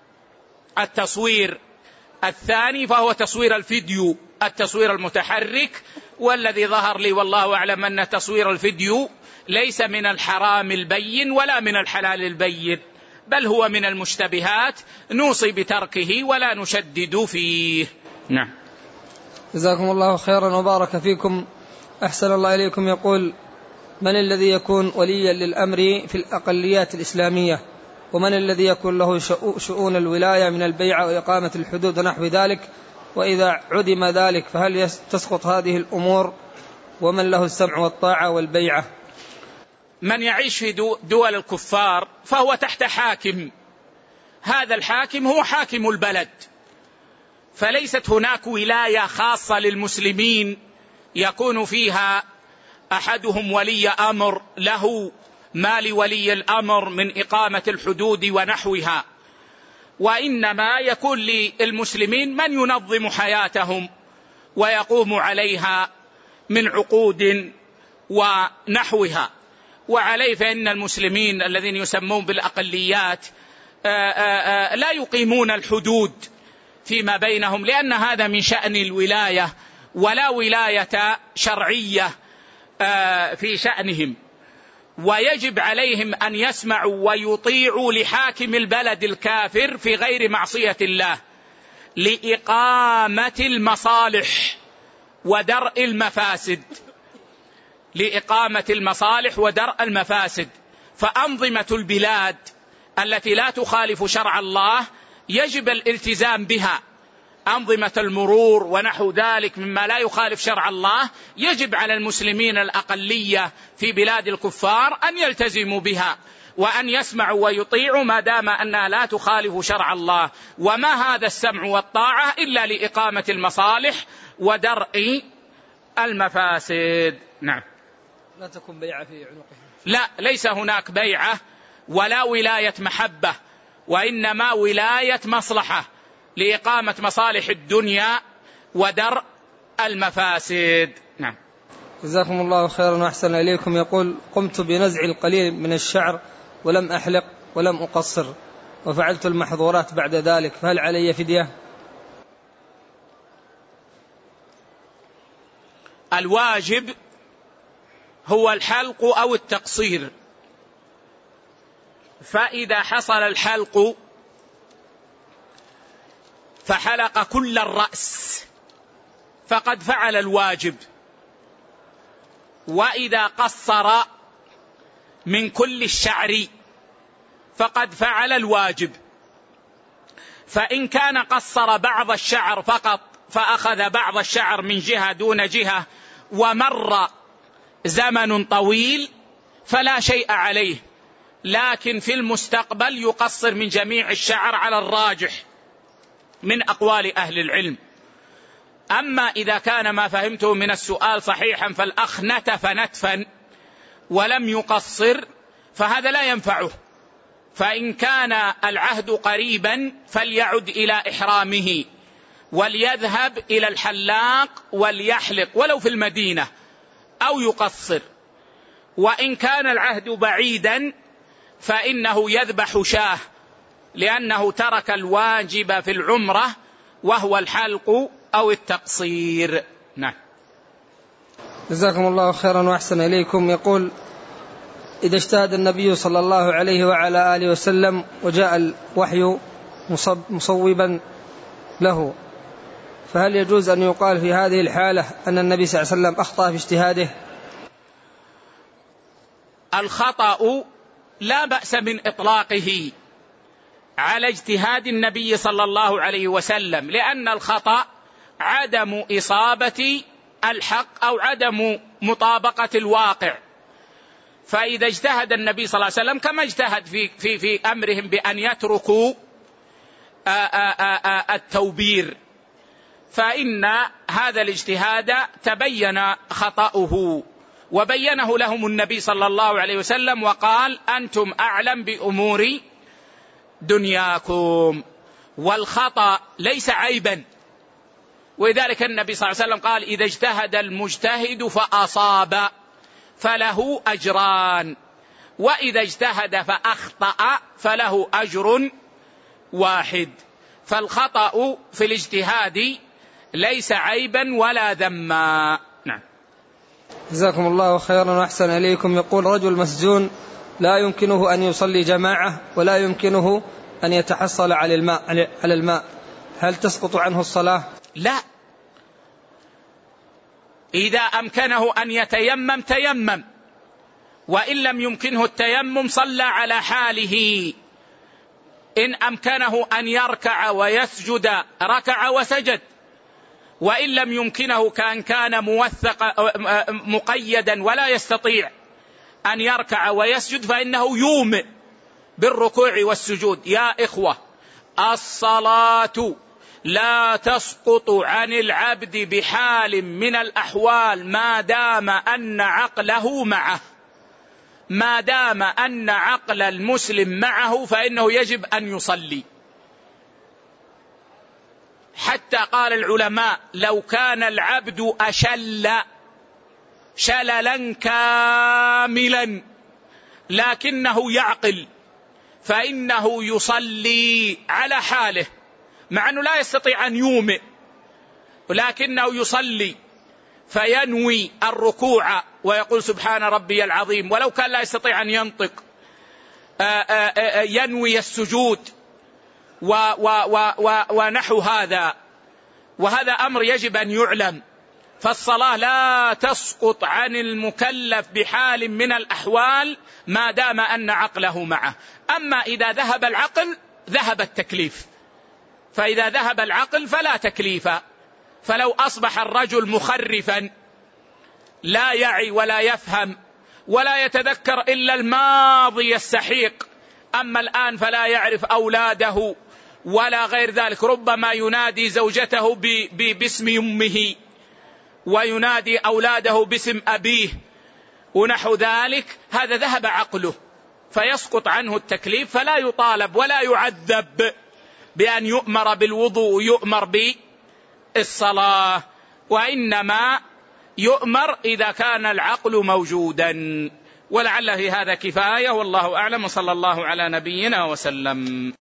التصوير الثاني فهو تصوير الفيديو، التصوير المتحرك، والذي ظهر لي والله أعلم أن تصوير الفيديو ليس من الحرام البين ولا من الحلال البين، بل هو من المشتبهات نوصي بتركه ولا نشدد فيه. نعم. جزاكم الله خيرا وبارك فيكم. أحسن الله إليكم. يقول: من الذي يكون وليا للأمر في الأقليات الإسلامية؟ ومن الذي يكون له شؤون الولاية من البيعة وإقامة الحدود ونحو ذلك؟ وإذا عدم ذلك فهل تسقط هذه الأمور؟ ومن له السمع والطاعة والبيعة؟ من يعيش في دول الكفار فهو تحت حاكم، هذا الحاكم هو حاكم البلد، فليست هناك ولاية خاصة للمسلمين يكون فيها أحدهم ولي أمر له ما لولي الأمر من إقامة الحدود ونحوها، وإنما يكون للمسلمين من ينظم حياتهم ويقوم عليها من عقود ونحوها. وعليه فإن المسلمين الذين يسمون بالأقليات لا يقيمون الحدود فيما بينهم، لأن هذا من شأن الولاية، ولا ولاية شرعية في شأنهم، ويجب عليهم أن يسمعوا ويطيعوا لحاكم البلد الكافر في غير معصية الله لإقامة المصالح ودرء المفاسد، لإقامة المصالح ودرء المفاسد. فأنظمة البلاد التي لا تخالف شرع الله يجب الالتزام بها أنظمة المرور ونحو ذلك مما لا يخالف شرع الله، يجب على المسلمين الأقلية في بلاد الكفار أن يلتزموا بها وأن يسمعوا ويطيعوا ما دام أنها لا تخالف شرع الله. وما هذا السمع والطاعة إلا لإقامة المصالح ودرء المفاسد. نعم. لا تكون بيعة في عنقه. لا، ليس هناك بيعة ولا ولاية محبة، وإنما ولاية مصلحة لإقامة مصالح الدنيا ودرء المفاسد. نعم. جزاكم الله خيرا وأحسن إليكم. يقول: قمت بنزع القليل من الشعر ولم أحلق ولم أقصر وفعلت المحظورات بعد ذلك، فهل علي فدية؟ الواجب هو الحلق أو التقصير، فإذا حصل الحلق فحلق كل الرأس فقد فعل الواجب، وإذا قصر من كل الشعر فقد فعل الواجب. فإن كان قصر بعض الشعر فقط فأخذ بعض الشعر من جهة دون جهة ومر زمن طويل فلا شيء عليه، لكن في المستقبل يقصر من جميع الشعر على الراجح من أقوال أهل العلم. أما إذا كان ما فهمته من السؤال صحيحا فالأخ نتف نتفا ولم يقصر فهذا لا ينفعه، فإن كان العهد قريبا فليعد إلى إحرامه وليذهب إلى الحلاق وليحلق ولو في المدينة أو يقصر. وإن كان العهد بعيدا فإنه يذبح شاه لأنه ترك الواجب في العمرة وهو الحلق أو التقصير. نعم. جزاكم الله خيرا وأحسن إليكم. يقول: إذا اجتهد النبي صلى الله عليه وعلى آله وسلم وجاء الوحي مصوبا له، فهل يجوز أن يقال في هذه الحالة أن النبي صلى الله عليه وسلم أخطأ في اجتهاده؟ الخطأ لا بأس من إطلاقه على اجتهاد النبي صلى الله عليه وسلم، لأن الخطأ عدم إصابة الحق أو عدم مطابقة الواقع. فإذا اجتهد النبي صلى الله عليه وسلم كما اجتهد في أمرهم بأن يتركوا التوبير، فإن هذا الاجتهاد تبين خطأه وبينه لهم النبي صلى الله عليه وسلم وقال: أنتم أعلم بأمور دنياكم. والخطأ ليس عيبا، ولذلك النبي صلى الله عليه وسلم قال: إذا اجتهد المجتهد فأصاب فله أجران، وإذا اجتهد فأخطأ فله أجر واحد. فالخطأ في الاجتهاد ليس عيبا ولا ذما. نعم. جزاكم الله خيرا وأحسن إليكم. يقول: رجل مسجون لا يمكنه أن يصلي جماعة ولا يمكنه أن يتحصل على الماء، هل تسقط عنه الصلاة؟ لا، إذا أمكنه أن يتيمم تيمم، وإن لم يمكنه التيمم صلى على حاله. إن أمكنه أن يركع ويسجد ركع وسجد، وإن لم يمكنه كان مقيدا ولا يستطيع أن يركع ويسجد فإنه يومئ بالركوع والسجود. يا إخوة، الصلاة لا تسقط عن العبد بحال من الأحوال ما دام أن عقله معه. ما دام أن عقل المسلم معه فإنه يجب أن يصلي. حتى قال العلماء: لو كان العبد أشل شللا كاملا لكنه يعقل فإنه يصلي على حاله، مع أنه لا يستطيع أن يومئ، ولكنه يصلي فينوي الركوع ويقول سبحان ربي العظيم، ولو كان لا يستطيع أن ينطق ينوي السجود ونحو هذا. وهذا أمر يجب أن يعلم. فالصلاة لا تسقط عن المكلف بحال من الأحوال ما دام أن عقله معه. أما إذا ذهب العقل ذهب التكليف. فإذا ذهب العقل فلا تكليف. فلو أصبح الرجل مخرفا لا يعي ولا يفهم ولا يتذكر إلا الماضي السحيق، أما الآن فلا يعرف أولاده ولا غير ذلك، ربما ينادي زوجته باسم أمه وينادي أولاده باسم أبيه ونحو ذلك، هذا ذهب عقله فيسقط عنه التكليف، فلا يطالب ولا يعذب بأن يؤمر بالوضوء ويؤمر بالصلاة، وإنما يؤمر إذا كان العقل موجودا. ولعل في هذا كفاية، والله أعلم، وصلى الله على نبينا وسلم.